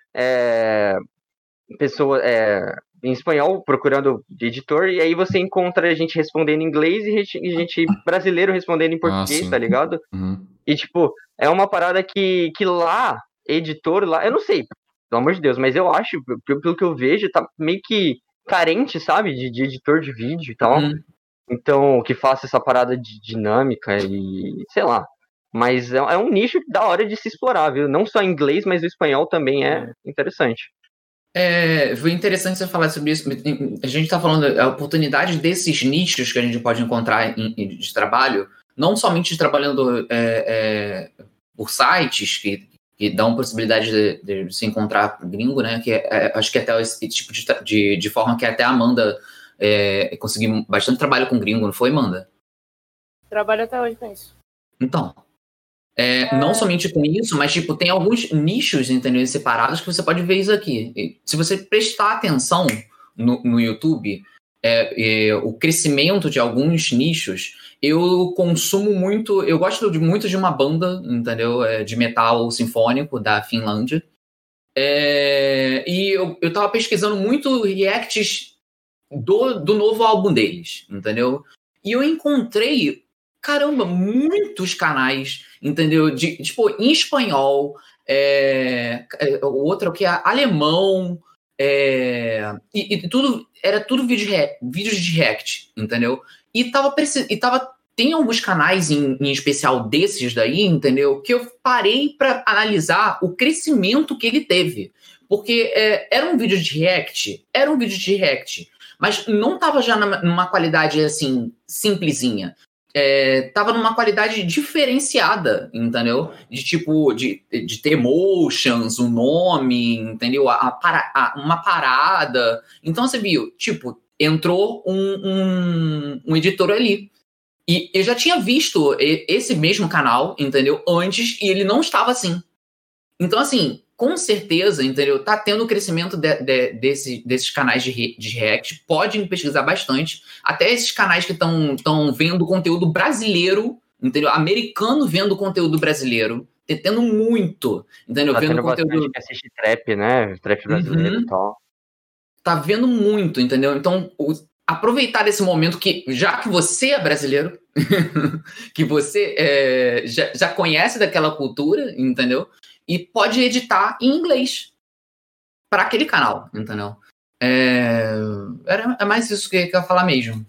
em espanhol, procurando editor, e aí você encontra a gente respondendo em inglês e gente brasileiro respondendo em português, tá ligado? Uhum. E, tipo, é uma parada que lá, editor lá, eu não sei, pelo amor de Deus, mas eu acho, pelo que eu vejo, tá meio que carente, sabe, de editor de vídeo e tal. Então, que faça essa parada de dinâmica e, sei lá. Mas é um nicho da hora de se explorar, viu? Não só em inglês, mas o espanhol também é interessante. Foi interessante você falar sobre isso. A gente está falando da oportunidade desses nichos que a gente pode encontrar de trabalho, não somente trabalhando por sites que dão possibilidade de se encontrar gringo, né? Que acho que até esse tipo de forma que até a Amanda conseguiu bastante trabalho com gringo, não foi, Amanda? Trabalho até hoje com isso. Então, não somente com isso, mas tipo, tem alguns nichos, entendeu, separados que você pode ver isso aqui. E, se você prestar atenção no YouTube, o crescimento de alguns nichos, eu consumo muito, eu gosto muito de uma banda, entendeu, de metal sinfônico da Finlândia, e eu tava pesquisando muito reacts do novo álbum deles, entendeu? E eu encontrei, caramba, muitos canais, entendeu? Tipo, em espanhol, outro que é alemão, e tudo, era tudo vídeos de react, entendeu? E tem alguns canais em especial desses daí, entendeu? Que eu parei para analisar o crescimento que ele teve. Porque era um vídeo de react, mas não tava já numa qualidade, assim, simplesinha. tava numa qualidade diferenciada, entendeu? De tipo, de ter motions, um nome, entendeu? Uma parada. Então você viu, tipo, entrou um editor ali. E eu já tinha visto esse mesmo canal, entendeu? Antes, e ele não estava assim. Então, assim, com certeza, entendeu? Tá tendo o crescimento desses canais de React. Podem pesquisar bastante. Até esses canais que estão vendo conteúdo brasileiro, entendeu? Americano vendo conteúdo brasileiro. Tendo muito, entendeu? Tá vendo tendo conteúdo que assiste trap, né? Trap brasileiro e tal. Tá vendo muito, entendeu? Então, aproveitar desse momento que, já que você é brasileiro, que você já conhece daquela cultura, entendeu? E pode editar em inglês para aquele canal, entendeu? É mais isso que eu ia falar mesmo.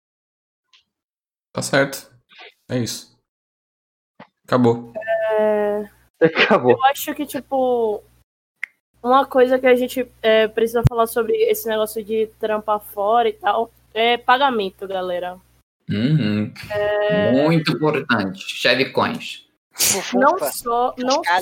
Tá certo. É isso. Acabou. Acabou. Eu acho que, tipo, uma coisa que a gente precisa falar sobre esse negócio de trampar fora e tal é pagamento, galera. Muito importante. Chevy Coins. Não só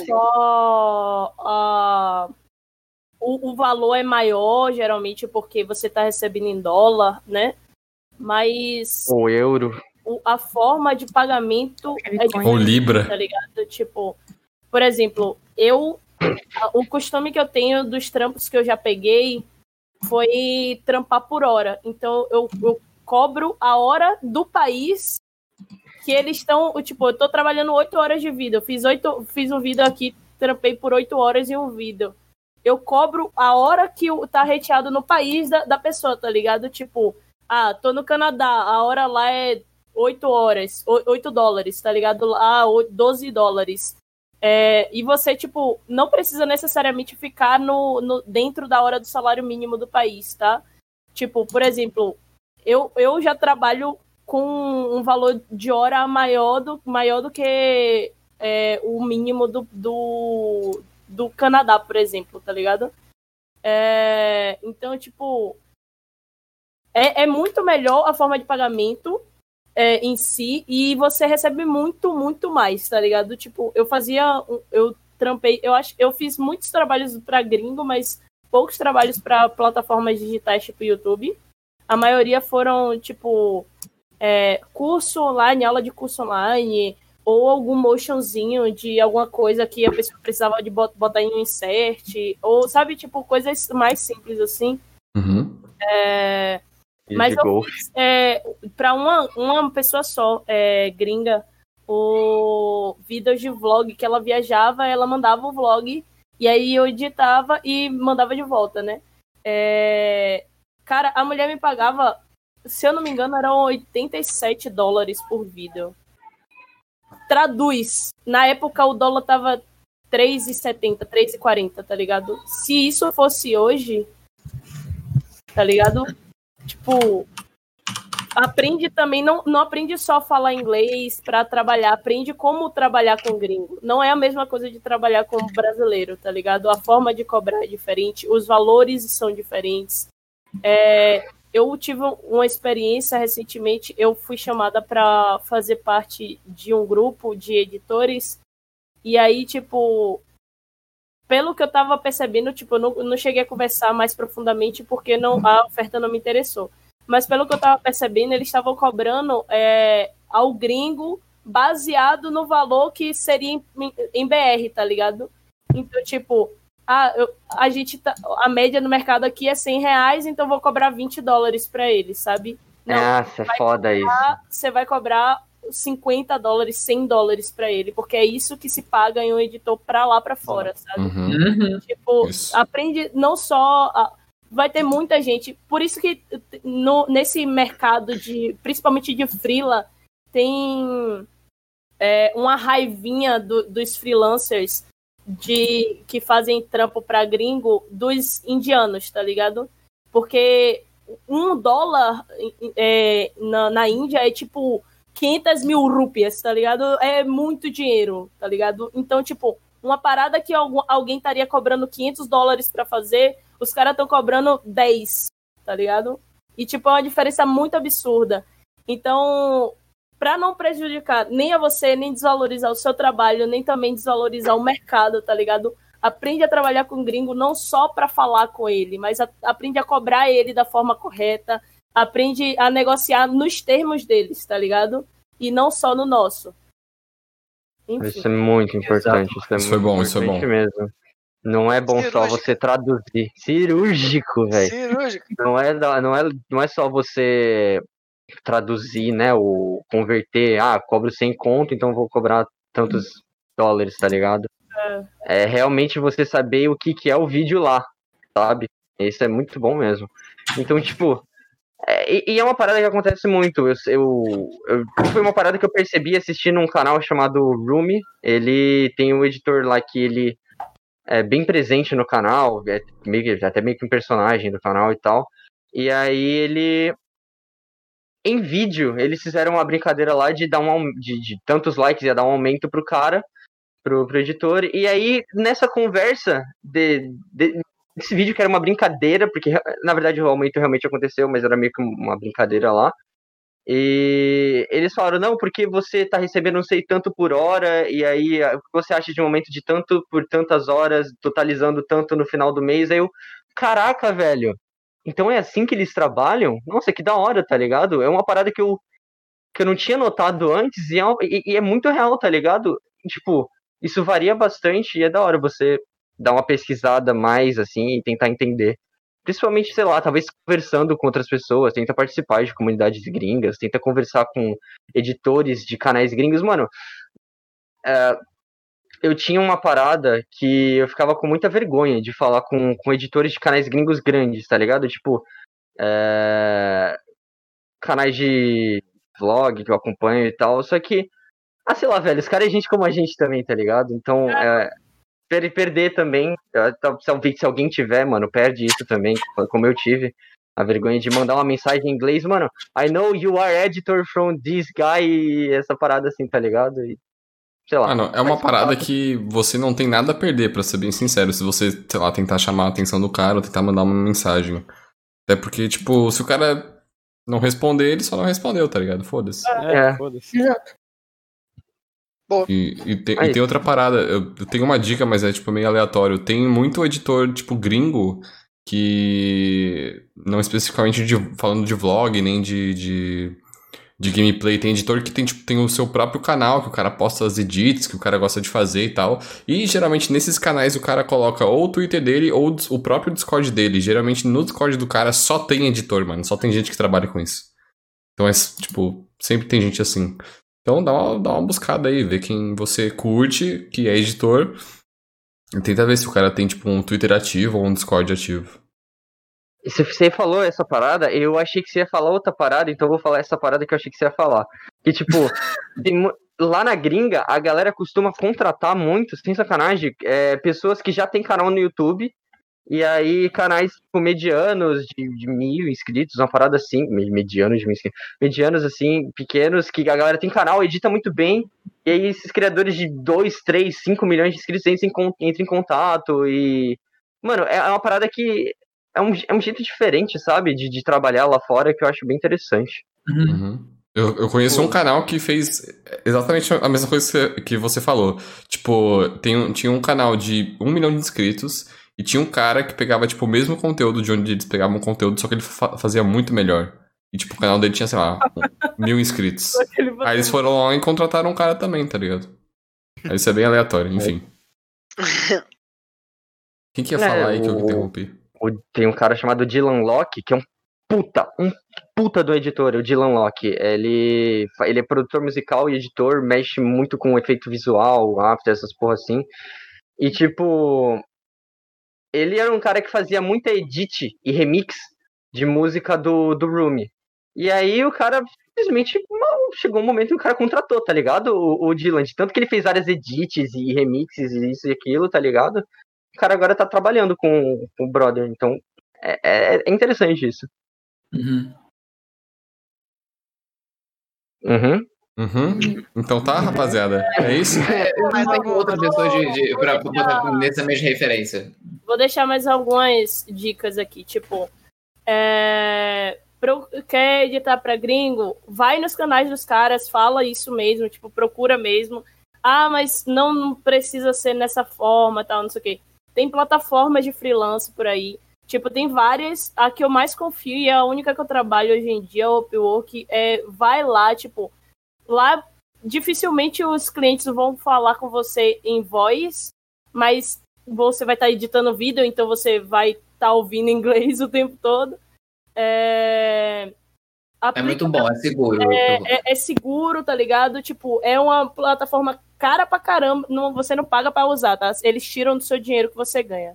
o valor é maior, geralmente, porque você está recebendo em dólar, né? Mas o euro. A forma de pagamento é diferente, ou libra, tá ligado? Tipo, por exemplo, o costume que eu tenho dos trampos que eu já peguei foi trampar por hora. Então, eu cobro a hora do país que eles estão, tipo, eu tô trabalhando 8 horas de vídeo. Eu fiz um vídeo aqui, trampei por 8 horas em um vídeo. Eu cobro a hora que tá rateado no país da pessoa, tá ligado? Tipo, tô no Canadá, a hora lá é 8 horas, 8 dólares, tá ligado? Lá, 12 dólares. E você, tipo, não precisa necessariamente ficar dentro da hora do salário mínimo do país, tá? Tipo, por exemplo, eu já trabalho com um valor de hora maior do que o mínimo do Canadá, por exemplo, tá ligado? Então, tipo, é muito melhor a forma de pagamento em si, e você recebe muito, muito mais, tá ligado? Tipo, eu trampei, eu fiz muitos trabalhos pra gringo, mas poucos trabalhos pra plataformas digitais, tipo YouTube. A maioria foram, tipo, curso online, aula de curso online, ou algum motionzinho de alguma coisa que a pessoa precisava de botar em um insert, ou, sabe, tipo, coisas mais simples, assim. Mas eu fiz pra uma pessoa só, gringa, o vídeos de vlog que ela viajava, ela mandava o vlog, e aí eu editava e mandava de volta, né? Cara, a mulher me pagava, se eu não me engano, eram 87 dólares por vídeo. Traduz. Na época o dólar tava 3,70, 3,40, tá ligado? Se isso fosse hoje, tá ligado? Tipo, aprende também, não aprende só a falar inglês pra trabalhar, aprende como trabalhar com gringo. Não é a mesma coisa de trabalhar com brasileiro, tá ligado? A forma de cobrar é diferente, os valores são diferentes. Eu tive uma experiência recentemente, eu fui chamada para fazer parte de um grupo de editores, e aí, tipo, pelo que eu tava percebendo, tipo, eu não cheguei a conversar mais profundamente porque a oferta não me interessou. Mas pelo que eu tava percebendo, eles estavam cobrando ao gringo baseado no valor que seria em BR, tá ligado? Então, tipo, a média no mercado aqui é R$100, então vou cobrar 20 dólares pra eles, sabe? Nossa, é foda isso. Você vai cobrar 50 dólares, 100 dólares pra ele, porque é isso que se paga em um editor pra lá pra fora, sabe? Tipo, aprende não só... vai ter muita gente, por isso que nesse mercado, principalmente de freela, tem uma raivinha dos freelancers que fazem trampo pra gringo dos indianos, tá ligado? Porque $1 na Índia é tipo 500 mil rúpias, tá ligado? É muito dinheiro, tá ligado? Então, tipo, uma parada que alguém estaria cobrando 500 dólares pra fazer, os caras estão cobrando 10, tá ligado? E, tipo, é uma diferença muito absurda. Então, pra não prejudicar nem a você, nem desvalorizar o seu trabalho, nem também desvalorizar o mercado, tá ligado? Aprende a trabalhar com gringo não só pra falar com ele, mas aprende a cobrar ele da forma correta, aprende a negociar nos termos deles, tá ligado? E não só no nosso. Enfim. Isso é muito importante. Isso foi bom, isso foi bom. Mesmo. Não é bom só você traduzir. Cirúrgico, velho. Cirúrgico. Não é só você traduzir, né? Ou converter. Cobro 100 conto, então vou cobrar tantos dólares, tá ligado? É realmente você saber o que é o vídeo lá, sabe? Isso é muito bom mesmo. Então, tipo... E é uma parada que acontece muito. Foi uma parada que eu percebi assistindo um canal chamado Rumi. Ele tem um editor lá que ele é bem presente no canal, até meio que um personagem do canal e tal. E aí ele... Em vídeo, eles fizeram uma brincadeira lá de dar de tantos likes, ia dar um aumento pro cara, pro editor. E aí, nessa conversa esse vídeo que era uma brincadeira, porque na verdade o aumento realmente aconteceu, mas era meio que uma brincadeira lá. E eles falaram, não, porque você tá recebendo não sei tanto por hora, e aí o que você acha de um aumento de tanto por tantas horas, totalizando tanto no final do mês? Aí eu, caraca, velho, então é assim que eles trabalham? Nossa, que da hora, tá ligado? É uma parada que eu não tinha notado antes, e é muito real, tá ligado? Tipo, isso varia bastante, e é da hora você dar uma pesquisada mais, assim, e tentar entender. Principalmente, sei lá, talvez conversando com outras pessoas, tenta participar de comunidades gringas, tenta conversar com editores de canais gringos. Mano, eu tinha uma parada que eu ficava com muita vergonha de falar com editores de canais gringos grandes, tá ligado? Tipo, canais de vlog que eu acompanho e tal, só que, sei lá, velho, os caras é gente como a gente também, tá ligado? Então, perder também, se alguém tiver, mano, perde isso também, como eu tive, a vergonha de mandar uma mensagem em inglês, mano, I know you are editor from this guy, e essa parada assim, tá ligado? E, sei lá. Mano, é uma parada que você não tem nada a perder, pra ser bem sincero, se você, sei lá, tentar chamar a atenção do cara ou tentar mandar uma mensagem. Até porque, tipo, se o cara não responder, ele só não respondeu, tá ligado? Foda-se. Foda-se. Exato. E tem outra parada, eu tenho uma dica, mas é tipo meio aleatório. Tem muito editor tipo gringo que não especificamente falando de vlog, nem de gameplay, tem editor que tem o seu próprio canal, que o cara posta as edits, que o cara gosta de fazer e tal. E geralmente nesses canais o cara coloca ou o Twitter dele ou o próprio Discord dele. Geralmente no Discord do cara só tem editor, mano, só tem gente que trabalha com isso. Então tipo, sempre tem gente assim. Então dá uma buscada aí, vê quem você curte, que é editor, e tenta ver se o cara tem tipo um Twitter ativo ou um Discord ativo. Se você falou essa parada, eu achei que você ia falar outra parada, então eu vou falar essa parada que eu achei que você ia falar. Que tipo, lá na gringa, a galera costuma contratar muito, sem sacanagem, pessoas que já tem canal no YouTube, e aí canais tipo, medianos de 1.000 inscritos, uma parada assim, medianos assim, pequenos, que a galera tem canal, edita muito bem, e aí esses criadores de 2, 3, 5 milhões de inscritos entram em contato, e... Mano, é uma parada que é um jeito diferente, sabe, de trabalhar lá fora, que eu acho bem interessante. Uhum. Eu conheço um canal que fez exatamente a mesma coisa que você falou. Tipo, tinha um canal de 1 milhão de inscritos, e tinha um cara que pegava, tipo, o mesmo conteúdo de onde eles pegavam o conteúdo, só que ele fazia muito melhor. E, tipo, o canal dele tinha, sei lá, 1.000 inscritos. Aí eles foram lá e contrataram um cara também, tá ligado? Aí isso é bem aleatório, enfim. Quem que ia falar aí que eu interrompi? Tem um cara chamado Dylan Locke, que é um puta do editor, o Dylan Locke. Ele é produtor musical e editor, mexe muito com efeito visual, after, essas porra assim. E, tipo... Ele era um cara que fazia muita edit e remix de música do Rumi. E aí o cara simplesmente chegou um momento que o cara contratou, tá ligado? O Dylan. Tanto que ele fez várias edits e remixes e isso e aquilo, tá ligado? O cara agora tá trabalhando com o brother. Então é interessante isso. Então tá, rapaziada? É isso? Mais alguma outra pessoa pra botar nessa mesma referência? Vou deixar mais algumas dicas aqui, tipo... quer editar pra gringo, vai nos canais dos caras, fala isso mesmo, tipo, procura mesmo. Ah, mas não precisa ser nessa forma, tal, não sei o quê. Tem plataformas de freelance por aí. Tipo, tem várias. A que eu mais confio e a única que eu trabalho hoje em dia, o Upwork, vai lá, tipo, lá dificilmente os clientes vão falar com você em voz, mas você vai estar editando vídeo, então você vai estar ouvindo inglês o tempo todo. É muito bom, é seguro. É seguro, tá ligado? Tipo, é uma plataforma cara pra caramba. Você não paga pra usar, tá? Eles tiram do seu dinheiro que você ganha.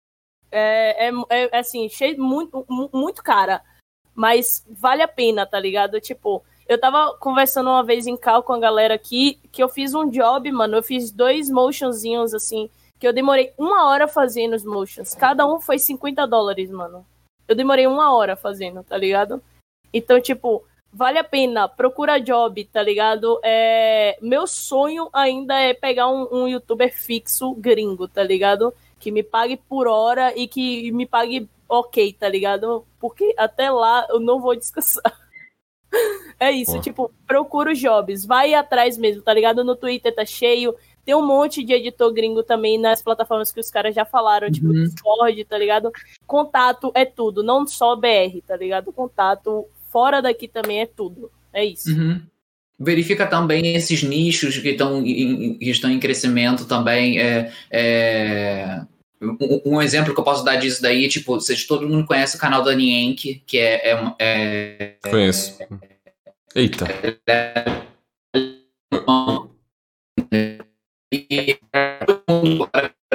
Assim, cheio, muito, muito cara. Mas vale a pena, tá ligado? Tipo, eu tava conversando uma vez em call com a galera aqui, que eu fiz um job, mano. Eu fiz 2 motionzinhos, assim, que eu demorei 1 hora fazendo os motions. Cada um foi $50, mano. Eu demorei 1 hora fazendo, tá ligado? Então, tipo, vale a pena, procura job, tá ligado? Meu sonho ainda é pegar um youtuber fixo gringo, tá ligado? Que me pague por hora e que me pague ok, tá ligado? Porque até lá eu não vou descansar. É isso, tipo, procura os jobs, vai atrás mesmo, tá ligado? No Twitter tá cheio, tem um monte de editor gringo também nas plataformas que os caras já falaram, tipo, Discord, tá ligado? Contato é tudo, não só BR, tá ligado? Contato fora daqui também é tudo. É isso. Verifica também esses nichos que estão em crescimento também. Um exemplo que eu posso dar disso daí, tipo, todo mundo conhece o canal da Nienke, que Conheço. Eita. E todo mundo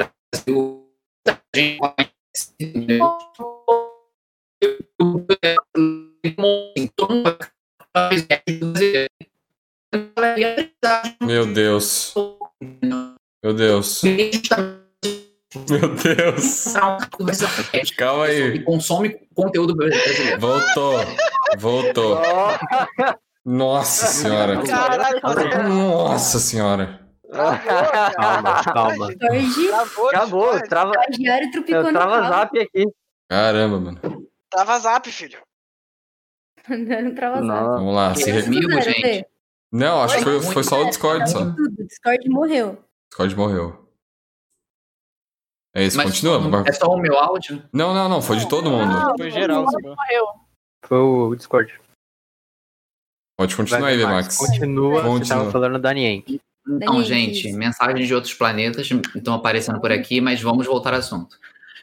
Meu Deus. Meu Deus. Meu Deus. Calma aí. Consome conteúdo brasileiro. Voltou. Nossa senhora. Caralho, Nossa senhora. Calma. Acabou. Trava zap aqui. Caramba, mano. Trava zap, filho. Não trava zap. Vamos lá. Amigo, gente. Não, acho que foi só o Discord só. O Discord morreu. Discord morreu. É isso, continua. É só o meu áudio? Não, foi de todo mundo. Foi geral. Foi o Discord. Pode continuar aí, Max. Continua. Você tava falando da Nienke. Então, gente, mensagens de outros planetas estão aparecendo por aqui, mas vamos voltar ao assunto.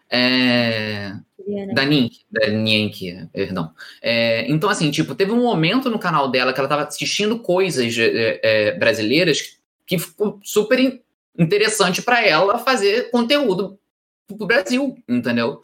Da Nienke, perdão. Então, assim, tipo, teve um momento no canal dela que ela estava assistindo coisas brasileiras que ficou super interessante para ela fazer conteúdo pro Brasil, entendeu?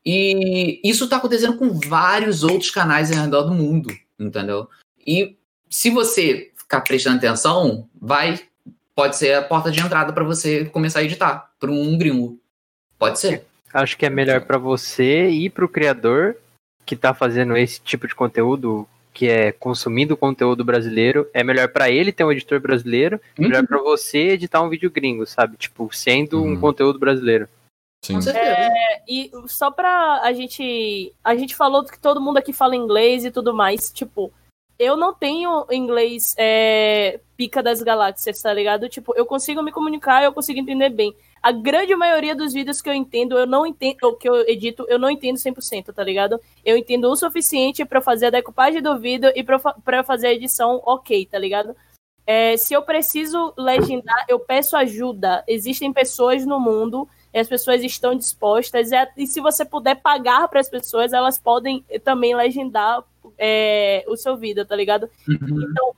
E isso tá acontecendo com vários outros canais ao redor do mundo, entendeu? E se você ficar prestando atenção, pode ser a porta de entrada para você começar a editar para um gringo. Pode ser. Acho que é melhor para você e para o criador que tá fazendo esse tipo de conteúdo, que é consumindo conteúdo brasileiro, é melhor para ele ter um editor brasileiro, melhor para você editar um vídeo gringo, sabe? Tipo, sendo um conteúdo brasileiro. Sim. Com certeza. E só pra a gente falou que todo mundo aqui fala inglês e tudo mais, tipo, eu não tenho inglês pica das galáxias, tá ligado? Tipo, eu consigo me comunicar, eu consigo entender bem. A grande maioria dos vídeos que eu entendo, que eu edito, eu não entendo 100%, tá ligado? Eu entendo o suficiente pra fazer a decupagem do vídeo e pra fazer a edição ok, tá ligado? Se eu preciso legendar, eu peço ajuda. Existem pessoas no mundo, e as pessoas estão dispostas, e se você puder pagar para as pessoas, elas podem também legendar o seu vídeo, tá ligado? Então,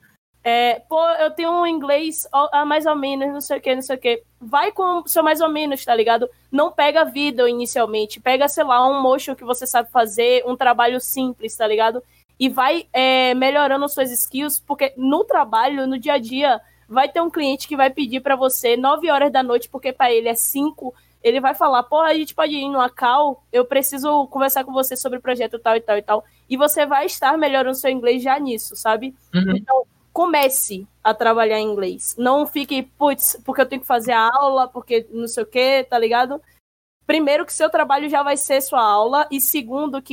eu tenho um inglês mais ou menos, não sei o que. Vai com o seu mais ou menos, tá ligado? Não pega vídeo inicialmente, pega, sei lá, um motion que você sabe fazer, um trabalho simples, tá ligado? E vai melhorando suas skills, porque no trabalho, no dia a dia, vai ter um cliente que vai pedir pra você 9 horas da noite, porque pra ele é 5, ele vai falar, pô, a gente pode ir numa call, eu preciso conversar com você sobre o projeto tal e tal e tal. E você vai estar melhorando seu inglês já nisso, sabe? Então, comece a trabalhar em inglês. Não fique, putz, porque eu tenho que fazer a aula, porque não sei o que, tá ligado? Primeiro que seu trabalho já vai ser sua aula, e segundo que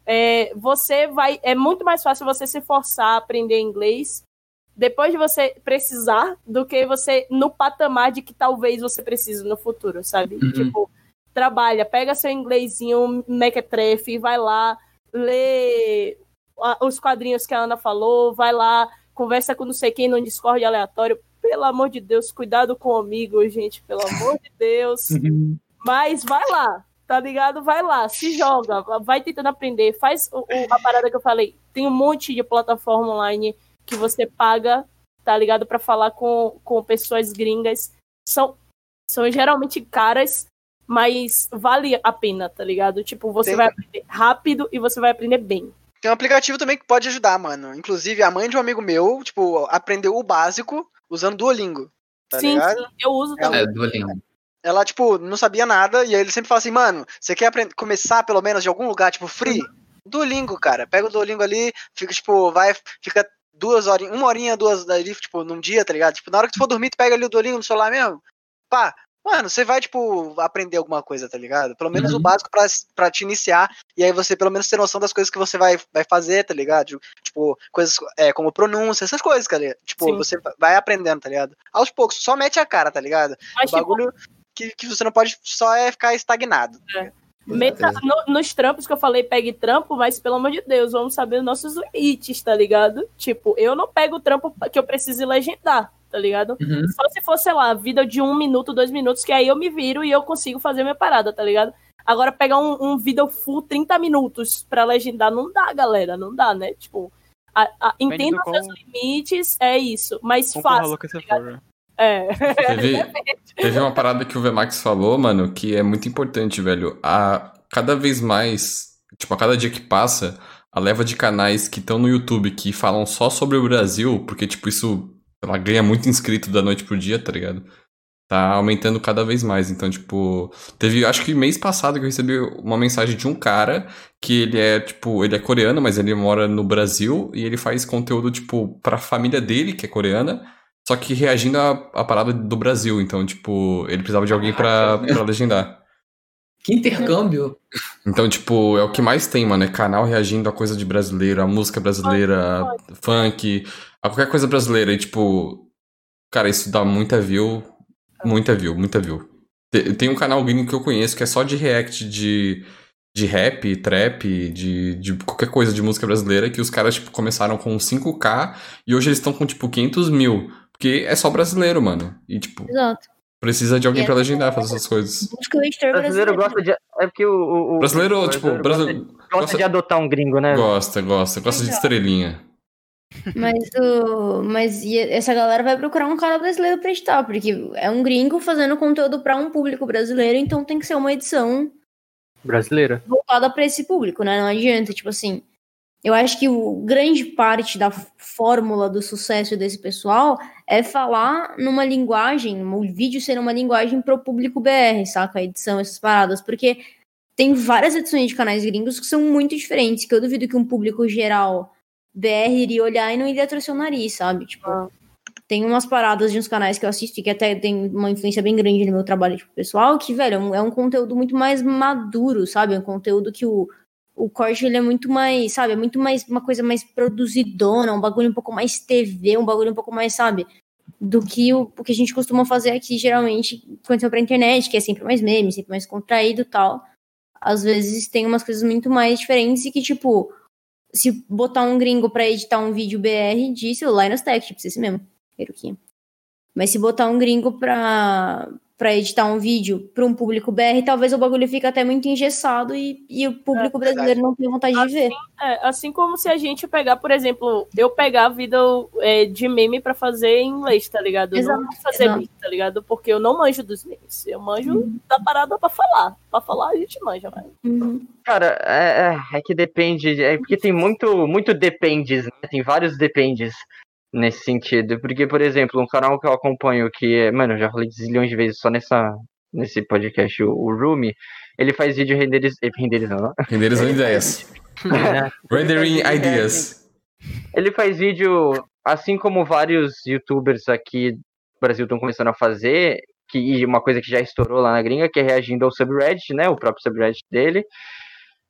é muito mais fácil você se forçar a aprender inglês depois de você precisar do que você no patamar de que talvez você precise no futuro, sabe? Tipo, trabalha, pega seu inglesinho mequetrefe e vai lá, lê os quadrinhos que a Ana falou, vai lá, conversa com não sei quem no Discord aleatório. Pelo amor de Deus, cuidado comigo, gente, pelo amor de Deus. Mas vai lá, tá ligado? Vai lá, se joga, vai tentando aprender, faz a parada que eu falei. Tem um monte de plataforma online que você paga, tá ligado? Pra falar com pessoas gringas. São geralmente caras, mas vale a pena, tá ligado? Tipo, você vai aprender rápido e você vai aprender bem. Tem um aplicativo também que pode ajudar, mano. Inclusive, a mãe de um amigo meu, tipo, aprendeu o básico usando Duolingo. Tá ligado? Sim, eu uso também. Duolingo. Ela, tipo, não sabia nada, e aí ele sempre fala assim, mano, você quer começar pelo menos de algum lugar, tipo, free? Duolingo, cara. Pega o Duolingo ali, fica, tipo, fica 2 horinhas, 1 horinha, 2 ali, tipo, num dia, tá ligado? Tipo, na hora que tu for dormir, tu pega ali o Duolingo no celular mesmo. Pá, mano, você vai, tipo, aprender alguma coisa, tá ligado? Pelo menos o básico pra te iniciar, e aí você pelo menos ter noção das coisas que você vai fazer, tá ligado? Tipo, coisas como pronúncia, essas coisas, cara. Tipo, você vai aprendendo, tá ligado? Aos poucos, só mete a cara, tá ligado? Mas, o bagulho que você não pode só ficar estagnado. Nos trampos que eu falei, pegue trampo, mas pelo amor de Deus, vamos saber os nossos limites, tá ligado? Tipo, eu não pego o trampo que eu precise legendar, tá ligado? Só se for, sei lá, vida de 1 minuto, 2 minutos, que aí eu me viro e eu consigo fazer minha parada, tá ligado? Agora, pegar um vídeo full 30 minutos pra legendar, não dá, galera, não dá, né? Tipo, entenda os seus limites, é isso, mas faça, tá ligado? Teve uma parada que o VMAX falou, mano, que é muito importante, velho. Cada vez mais, tipo, a cada dia que passa, a leva de canais que estão no YouTube que falam só sobre o Brasil, porque, tipo, isso ela ganha muito inscrito da noite pro dia, tá ligado? Tá aumentando cada vez mais. Então, tipo, acho que mês passado que eu recebi uma mensagem de um cara que ele é coreano, mas ele mora no Brasil e ele faz conteúdo, tipo, pra família dele, que é coreana. Só que reagindo à parada do Brasil. Então, tipo, ele precisava de alguém pra legendar. Que intercâmbio! Então, tipo, é o que mais tem, mano. É canal reagindo a coisa de brasileiro, a música brasileira, funk, a qualquer coisa brasileira. E, tipo, cara, isso dá muita view. Muita view. Tem um canal gringo que eu conheço que é só de react de rap, trap, de qualquer coisa de música brasileira, que os caras, tipo, começaram com 5K e hoje eles estão com, tipo, 500 mil. Porque é só brasileiro, mano. E, tipo, precisa de alguém pra legendar, fazer essas coisas. Busca o editor brasileiro gosta de... É porque o brasileiro, tipo... Gosta de adotar um gringo, né? Gosta de estrelinha. Mas essa galera vai procurar um cara brasileiro pra editar, porque é um gringo fazendo conteúdo pra um público brasileiro, então tem que ser uma edição brasileira voltada pra esse público, né? Não adianta, tipo assim... Eu acho que grande parte da fórmula do sucesso desse pessoal é falar numa linguagem, o vídeo ser uma linguagem pro público BR, saca? A edição, essas paradas, porque tem várias edições de canais gringos que são muito diferentes, que eu duvido que um público geral BR iria olhar e não iria torcer o nariz, sabe? Tipo, tem umas paradas de uns canais que eu assisto que até tem uma influência bem grande no meu trabalho tipo, pessoal, que, velho, é um conteúdo muito mais maduro, sabe? É um conteúdo que o corte, ele é muito mais, sabe? É muito mais, uma coisa mais produzidona, um bagulho um pouco mais TV, um bagulho um pouco mais, sabe? Do que o que a gente costuma fazer aqui, geralmente, quando você vai pra internet, que é sempre mais meme, sempre mais contraído e tal. Às vezes tem umas coisas muito mais diferentes e que, tipo, se botar um gringo pra editar um vídeo BR de celular Linus Tech, tipo, esse mesmo, peruquinha. Mas se botar um gringo pra editar um vídeo para um público BR, talvez o bagulho fique até muito engessado e o público brasileiro não tem vontade de ver. Assim como se a gente pegar, por exemplo, eu pegar a vida de meme para fazer em inglês, tá ligado? Eu não vou fazer meme, tá ligado? Porque eu não manjo dos memes. Eu manjo da parada para falar. Para falar a gente manja, velho. Cara, é que depende, porque tem muito dependes, né? Tem vários dependes nesse sentido, porque, por exemplo, um canal que eu acompanho que, mano, eu já falei zilhões de vezes só nesse podcast, o Rumi, ele faz vídeo renderizando ideias. Rendering ideas. Ele faz vídeo, assim como vários youtubers aqui do Brasil estão começando a fazer, e uma coisa que já estourou lá na gringa, que é reagindo ao subreddit, né, o próprio subreddit dele.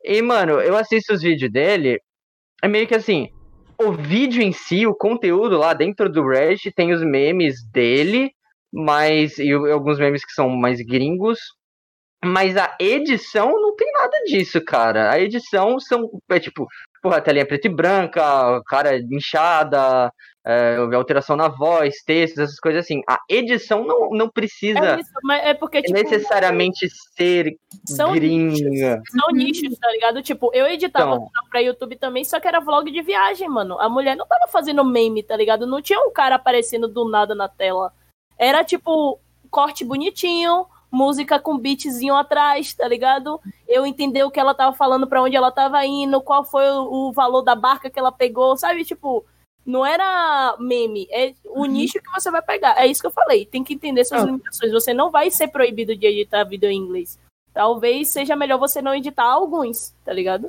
E, mano, eu assisto os vídeos dele, é meio que assim, o vídeo em si, o conteúdo lá dentro do Reddit tem os memes dele, e alguns memes que são mais gringos, mas a edição não tem nada disso, cara. A edição é tipo, porra, telinha preta e branca, cara inchada, alteração na voz, textos, essas coisas assim. A edição não precisa mas é porque, tipo, necessariamente ser gringa. São nichos, tá ligado? Tipo, eu editava pra YouTube também, só que era vlog de viagem, mano. A mulher não tava fazendo meme, tá ligado? Não tinha um cara aparecendo do nada na tela. Era, tipo, corte bonitinho, música com beatzinho atrás, tá ligado? Eu entender o que ela tava falando, pra onde ela tava indo, qual foi o valor da barca que ela pegou, sabe? Tipo, não era meme, é o nicho que você vai pegar. É isso que eu falei, tem que entender suas limitações. Você não vai ser proibido de editar vídeo em inglês. Talvez seja melhor você não editar alguns, tá ligado?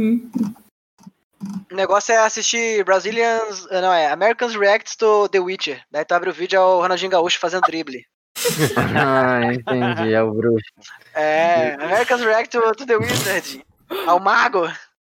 O negócio é assistir Americans Reacts to The Witcher. Daí tu abre o vídeo, é o Ronaldinho Gaúcho fazendo drible. Entendi, é o bruxo. Americans React to The Wizard. Ao mago.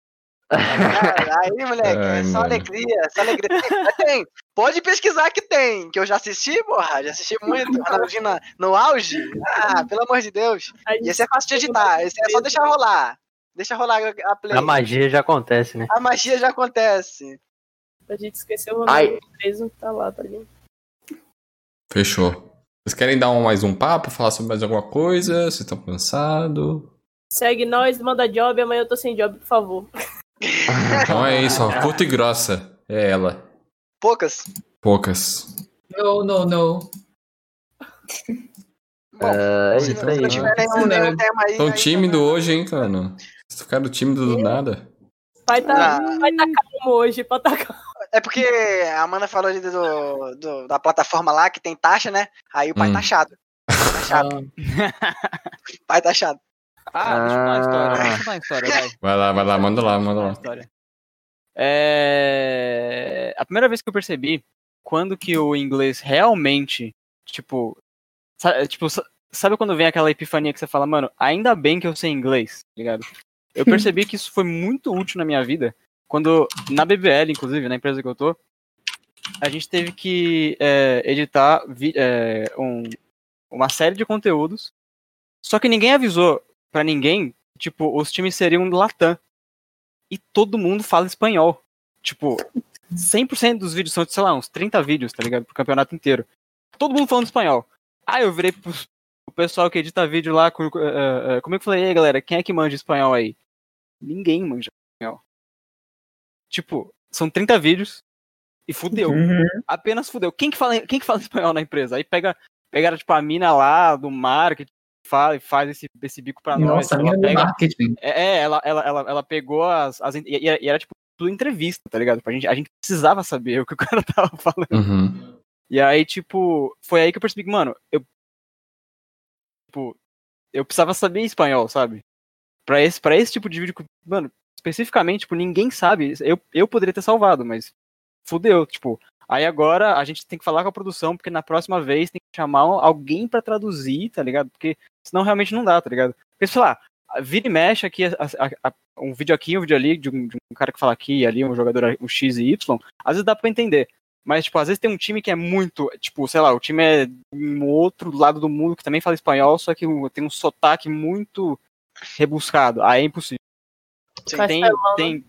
Aí, moleque, só alegria, só alegria. Tem, pode pesquisar que tem, que eu já assisti, porra, já assisti muito. Ronaldinho no auge. Pelo amor de Deus. E esse é fácil de editar, esse é só deixar rolar. Deixa rolar a play. A magia já acontece, né? A magia já acontece. A gente esqueceu o Ronaldinho preso, tá lá, tá ligado? Fechou. Vocês querem dar mais um papo, falar sobre mais alguma coisa? Vocês estão cansados? Segue nós, manda job, amanhã eu tô sem job, por favor. Então é isso, ó, curta e grossa. É ela. Poucas. No. Bom, se não tiver nenhum tema aí... Tão tímido hoje, hein, cara? Vocês ficaram tímidos do nada. Vai tá calmo hoje, pode tá calmo. É porque a Amanda falou ali da plataforma lá que tem taxa, né? Aí o pai tá chato. Pai tá chato. Deixa eu dar uma história, vai. Vai lá, manda lá. A primeira vez que eu percebi quando que o inglês realmente, sabe quando vem aquela epifania que você fala, mano, ainda bem que eu sei inglês, tá ligado? Eu percebi que isso foi muito útil na minha vida, quando, na BBL, inclusive, na empresa que eu tô, a gente teve que editar uma série de conteúdos, só que ninguém avisou pra ninguém, os times seriam Latam. E todo mundo fala espanhol. 100% dos vídeos são, sei lá, uns 30 vídeos, tá ligado? Pro campeonato inteiro. Todo mundo falando espanhol. Aí eu virei pro pessoal que edita vídeo lá, como é que eu falei, aí galera, quem é que manja espanhol aí? Ninguém manja espanhol. São 30 vídeos e fudeu. Apenas fudeu. Quem que fala espanhol na empresa? Aí pegaram, a mina lá do marketing, faz esse bico pra nós. Nossa, a mina do marketing. Ela pegou e era tudo entrevista, tá ligado? A gente precisava saber o que o cara tava falando. E aí, foi aí que eu percebi que, mano, eu precisava saber espanhol, sabe? Pra esse tipo de vídeo, mano, especificamente, ninguém sabe. Eu poderia ter salvado, mas fudeu, Aí agora a gente tem que falar com a produção, porque na próxima vez tem que chamar alguém pra traduzir, tá ligado? Porque senão realmente não dá, tá ligado? Porque, sei lá, vira e mexe aqui, um vídeo aqui, um vídeo ali, de um cara que fala aqui e ali, um jogador, um X e Y, às vezes dá pra entender. Mas, às vezes tem um time que é muito, sei lá, o time é no outro lado do mundo que também fala espanhol, só que tem um sotaque muito rebuscado. Aí é impossível. Tem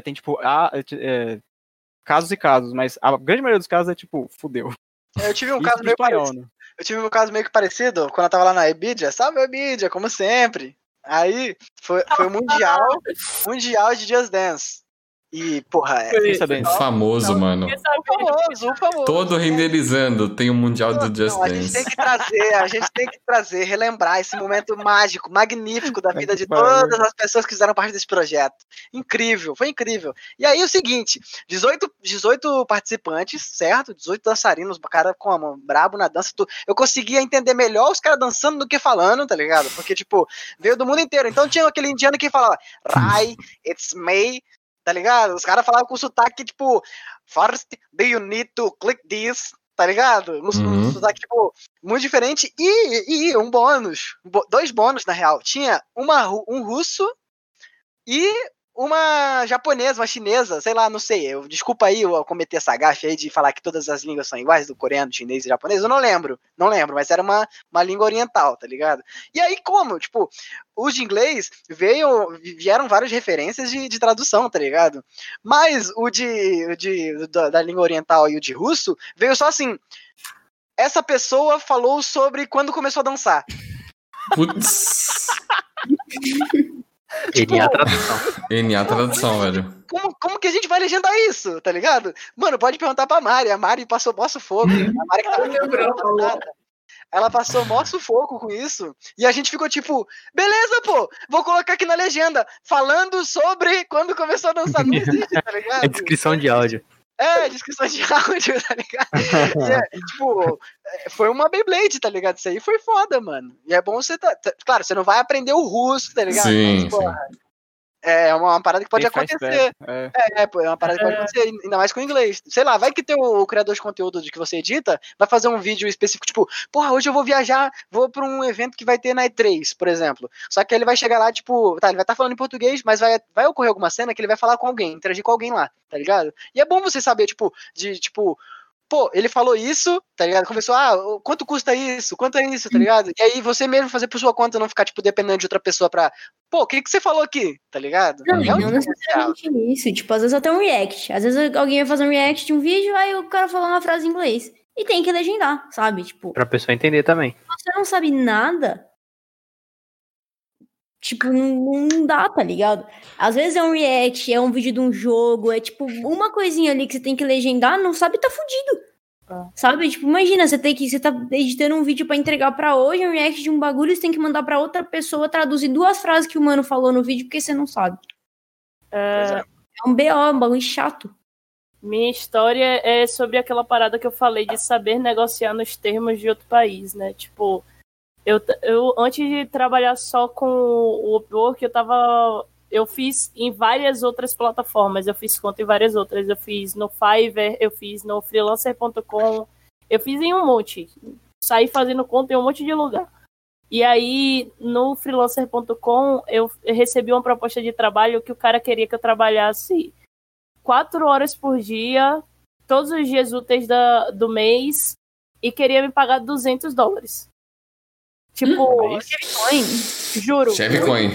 casos e casos, mas a grande maioria dos casos é fudeu. Eu tive um caso meio parecido. Eu tive um caso meio que parecido quando eu tava lá na Ebidia. Salve, Ebidia, como sempre. Aí foi o Mundial de Just Dance. E, porra, famoso, mano. O famoso. Todo renderizando tem um Mundial do Just Dance. A gente tem que trazer, relembrar esse momento mágico, magnífico da vida de todas as pessoas que fizeram parte desse projeto. Incrível, foi incrível. E aí o seguinte, 18 participantes, certo? 18 dançarinos, cara como brabo na dança. Eu conseguia entender melhor os caras dançando do que falando, tá ligado? Porque, veio do mundo inteiro. Então tinha aquele indiano que falava, Rai, it's May, tá ligado? Os caras falavam com sotaque, first, do you need to click this, tá ligado? Um sotaque, muito diferente. E um bônus, 2 bônus, na real. Tinha um russo, e uma japonesa, uma chinesa, sei lá, não sei. Desculpa aí eu cometer essa gafe aí de falar que todas as línguas são iguais, do coreano, do chinês e japonês. Eu não lembro, mas era uma língua oriental, tá ligado? E aí como? Tipo, os de inglês vieram várias referências de tradução, tá ligado? Mas da língua oriental e o de russo veio só assim: essa pessoa falou sobre quando começou a dançar. Putz. NA tradução. NA tradução, velho. Como que a gente vai legendar isso, tá ligado? Mano, pode perguntar pra Mari. A Mari passou mó sufoco. A Mari que tava ela passou mó sufoco com isso. E a gente ficou tipo, beleza, pô, vou colocar aqui na legenda, falando sobre quando começou a dançar. Não existe, tá ligado? É descrição de áudio. Descrição de áudio, tá ligado? Tipo, foi uma Beyblade, tá ligado? Isso aí foi foda, mano. E é bom você claro, você não vai aprender o russo, tá ligado? Sim, mas, porra, é uma parada que pode acontecer. É uma parada que pode acontecer, ainda mais com o inglês. Sei lá, vai que o criador de conteúdo de que você edita vai fazer um vídeo específico, tipo, porra, hoje eu vou viajar, vou pra um evento que vai ter na E3, por exemplo. Só que ele vai chegar lá, tipo, ele vai estar falando em português, mas vai ocorrer alguma cena que ele vai falar com alguém, interagir com alguém lá, tá ligado? E é bom você saber, pô, ele falou isso, tá ligado? Começou, quanto custa isso? Quanto é isso, tá ligado? E aí você mesmo fazer por sua conta, não ficar, tipo, dependendo de outra pessoa pra, pô, o que você falou aqui, tá ligado? Não necessariamente isso. Tipo, às vezes até um react. Às vezes alguém vai fazer um react de um vídeo, aí o cara fala uma frase em inglês. E tem que legendar, sabe? Tipo, pra pessoa entender também. Se você não sabe nada, tipo, não dá, tá ligado? Às vezes é um react, é um vídeo de um jogo, é tipo uma coisinha ali que você tem que legendar, não sabe, tá fudido. Sabe? Tipo, imagina, você tá editando um vídeo pra entregar pra hoje, um react de um bagulho, você tem que mandar pra outra pessoa traduzir 2 frases que o mano falou no vídeo porque você não sabe. É um BO, um bagulho chato. Minha história é sobre aquela parada que eu falei de saber negociar nos termos de outro país, né? Tipo, eu antes de trabalhar só com o Upwork, eu fiz em várias outras plataformas, eu fiz conta em várias outras, eu fiz no Fiverr, eu fiz no freelancer.com, eu fiz em um monte, saí fazendo conta em um monte de lugar. E aí, no freelancer.com, eu recebi uma proposta de trabalho que o cara queria que eu trabalhasse 4 horas por dia, todos os dias úteis do mês, e queria me pagar $200. Tipo, Chevecoin, juro. Chevecoin.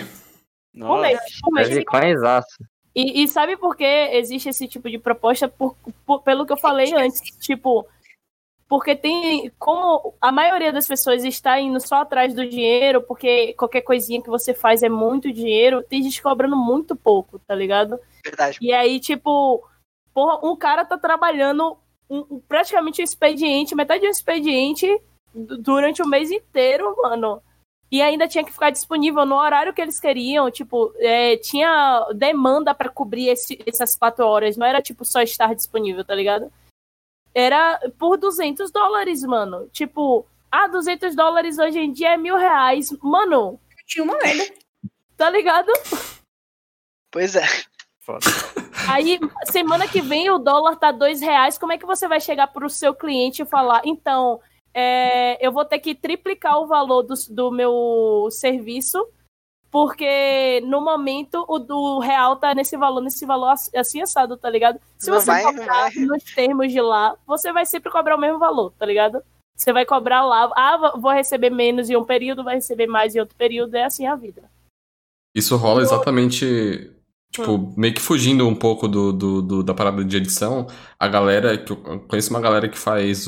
E sabe por que existe esse tipo de proposta? Pelo que eu falei antes. Tipo, porque tem... Como a maioria das pessoas está indo só atrás do dinheiro, porque qualquer coisinha que você faz é muito dinheiro, tem gente cobrando muito pouco, tá ligado? Verdade. E aí, tipo... Porra, um cara tá trabalhando praticamente um expediente, metade de um expediente durante o mês inteiro, mano. E ainda tinha que ficar disponível no horário que eles queriam. Tipo, tinha demanda pra cobrir essas 4 horas. Não era, tipo, só estar disponível, tá ligado? Era por $200, mano. Tipo, $200 hoje em dia é R$1.000. Mano. Tinha uma merda. Tá ligado? Pois é. Foda. Aí, semana que vem o dólar tá R$2. Como é que você vai chegar pro seu cliente e falar, então... eu vou ter que triplicar o valor do meu serviço, porque no momento o do real tá nesse valor assim assado, tá ligado? Se você cobrar nos termos de lá, você vai sempre cobrar o mesmo valor, tá ligado? Você vai cobrar lá, vou receber menos em um período, vai receber mais em outro período, é assim a vida. Isso rola exatamente... Tipo, meio que fugindo um pouco da parada de edição, a galera... Eu conheço uma galera que faz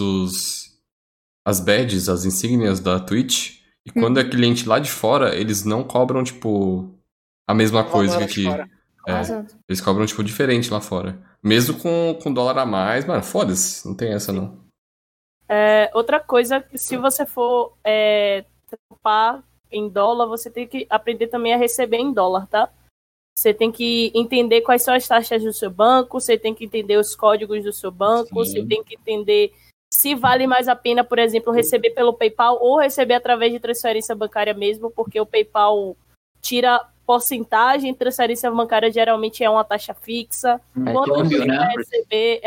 as badges, as insígnias da Twitch, e quando é cliente lá de fora, eles não cobram, tipo, a mesma coisa que aqui. Eles cobram, tipo, diferente lá fora. Mesmo com dólar a mais, mano, foda-se, não tem essa, não. Outra coisa, se você for trampar em dólar, você tem que aprender também a receber em dólar, tá? Você tem que entender quais são as taxas do seu banco, você tem que entender os códigos do seu banco, você tem que entender se vale mais a pena, por exemplo, receber pelo PayPal ou receber através de transferência bancária mesmo, porque o PayPal tira porcentagem, transferência bancária geralmente é uma taxa fixa. Quando você vai receber,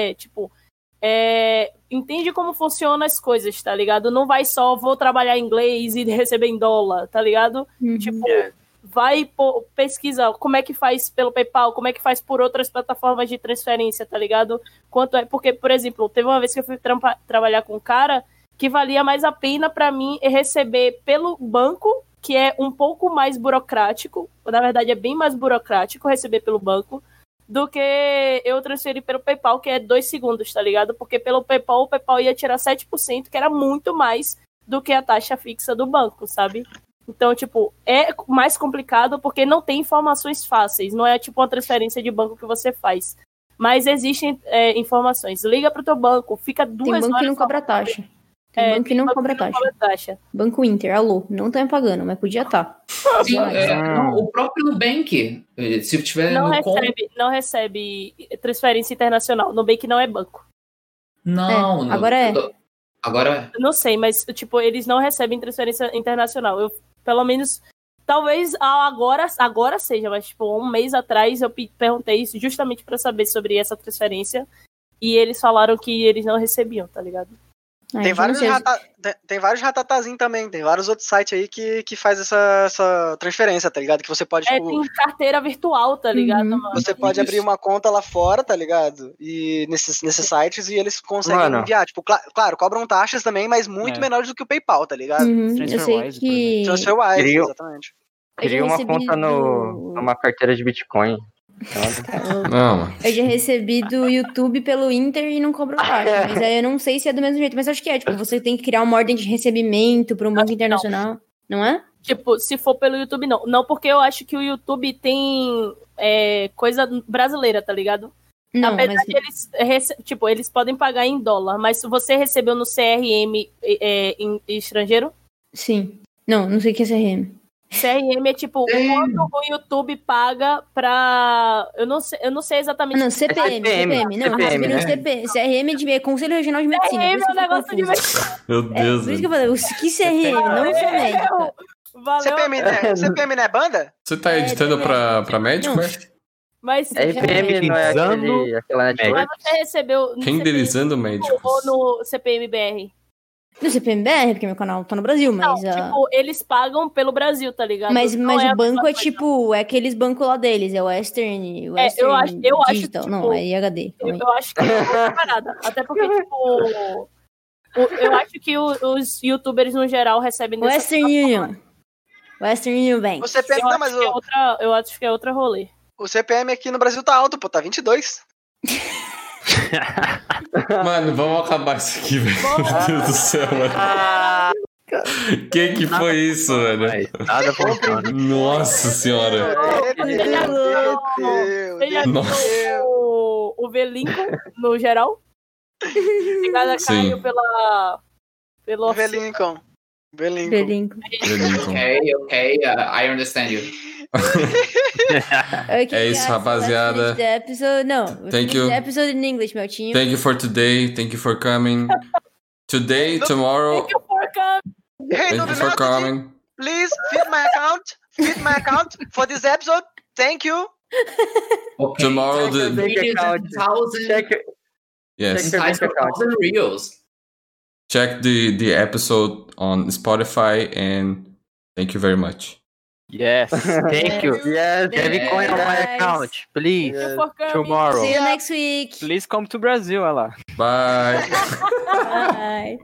entende como funcionam as coisas, tá ligado? Não vai só, vou trabalhar em inglês e receber em dólar, tá ligado? Tipo, vai pesquisa como é que faz pelo PayPal, como é que faz por outras plataformas de transferência, tá ligado? Quanto é, porque, por exemplo, teve uma vez que eu fui trabalhar com um cara que valia mais a pena pra mim receber pelo banco, que é um pouco mais burocrático, na verdade é bem mais burocrático receber pelo banco, do que eu transferir pelo PayPal, que é 2 segundos, tá ligado? Porque pelo PayPal, o PayPal ia tirar 7%, que era muito mais do que a taxa fixa do banco, sabe? Então, tipo, é mais complicado porque não tem informações fáceis, não é tipo uma transferência de banco que você faz. Mas existem informações. Liga pro teu banco, fica 2 horas... Tem banco que não cobra taxa. Tem banco que não cobra taxa. Banco Inter, alô, não tá me pagando, mas podia estar. Sim, o próprio Nubank, se tiver não recebe transferência internacional. Nubank não é banco. Não. Agora é. Agora... Não sei, mas, tipo, eles não recebem transferência internacional. Eu, pelo menos, talvez agora seja, mas, tipo, um mês atrás eu perguntei isso justamente pra saber sobre essa transferência e eles falaram que eles não recebiam, tá ligado? Tem vários ratatazinhos também, tem vários outros sites aí que faz essa transferência, tá ligado? Que você pode, tipo... tem carteira virtual, tá ligado? Você pode abrir uma conta lá fora, tá ligado? E nesses sites e eles conseguem enviar. Tipo, claro, cobram taxas também, mas muito menores do que o PayPal, tá ligado? Eu sei que... TransferWise, exatamente. Queria uma conta numa carteira de Bitcoin. Não. Eu já recebi do YouTube pelo Inter e não cobrou taxa. Mas aí eu não sei se é do mesmo jeito. Mas acho que é. Tipo, você tem que criar uma ordem de recebimento para um banco internacional. Não é? Tipo, se for pelo YouTube, não. Não, porque eu acho que o YouTube tem coisa brasileira, tá ligado? Não, na verdade, eles podem pagar em dólar. Mas se você recebeu no CRM em estrangeiro? Sim. Não sei o que é CRM. CRM é tipo quanto o YouTube paga pra... Eu não sei exatamente. Não, CPM. Não, CPM, né? CRM é Conselho Regional de Medicina. CRM é um negócio de medicina. Meu Deus. Por isso que eu falei, que CRM? Não sou médica. CPM não é banda? Você tá editando pra médico, né? Mas RPM não é aquela network. Mas você recebeu... Renderizando médicos. Ou no CPM-BR? No CPM-BR, porque meu canal tá no Brasil, mas... Não, tipo, eles pagam pelo Brasil, tá ligado? Mas o banco é tipo... É aqueles bancos lá deles, é o Western eu acho Digital. Tipo, não, é IHD. Eu acho que é outra parada. Até porque, tipo... eu acho que os youtubers, no geral, recebem... Western Union Bank. O CPM, não, mas eu acho que é outra rolê. O CPM aqui no Brasil tá alto, pô, tá 22. Mano, vamos acabar isso aqui, velho. Meu Deus do céu, mano. Que foi isso, velho? Nada funciona. Nossa senhora. Você já viu o V-Lincoln, no geral? Obrigada, Caio, pelo V-Lincoln. Ok, I understand you. É isso, rapaziada. Thank you. Episode in English, meu time. Thank you for today. Thank you for coming. Today, tomorrow. Thank you for coming. Hey, Thank you for coming. Please feed my account for this episode. Thank you. Okay. Tomorrow Yes. 5,000 reals. Check the episode on Spotify and thank you very much. Yes, thank you. Yes, Bitcoin on my account, please. Tomorrow. See you next week. Please come to Brazil, olha lá. Bye. Bye.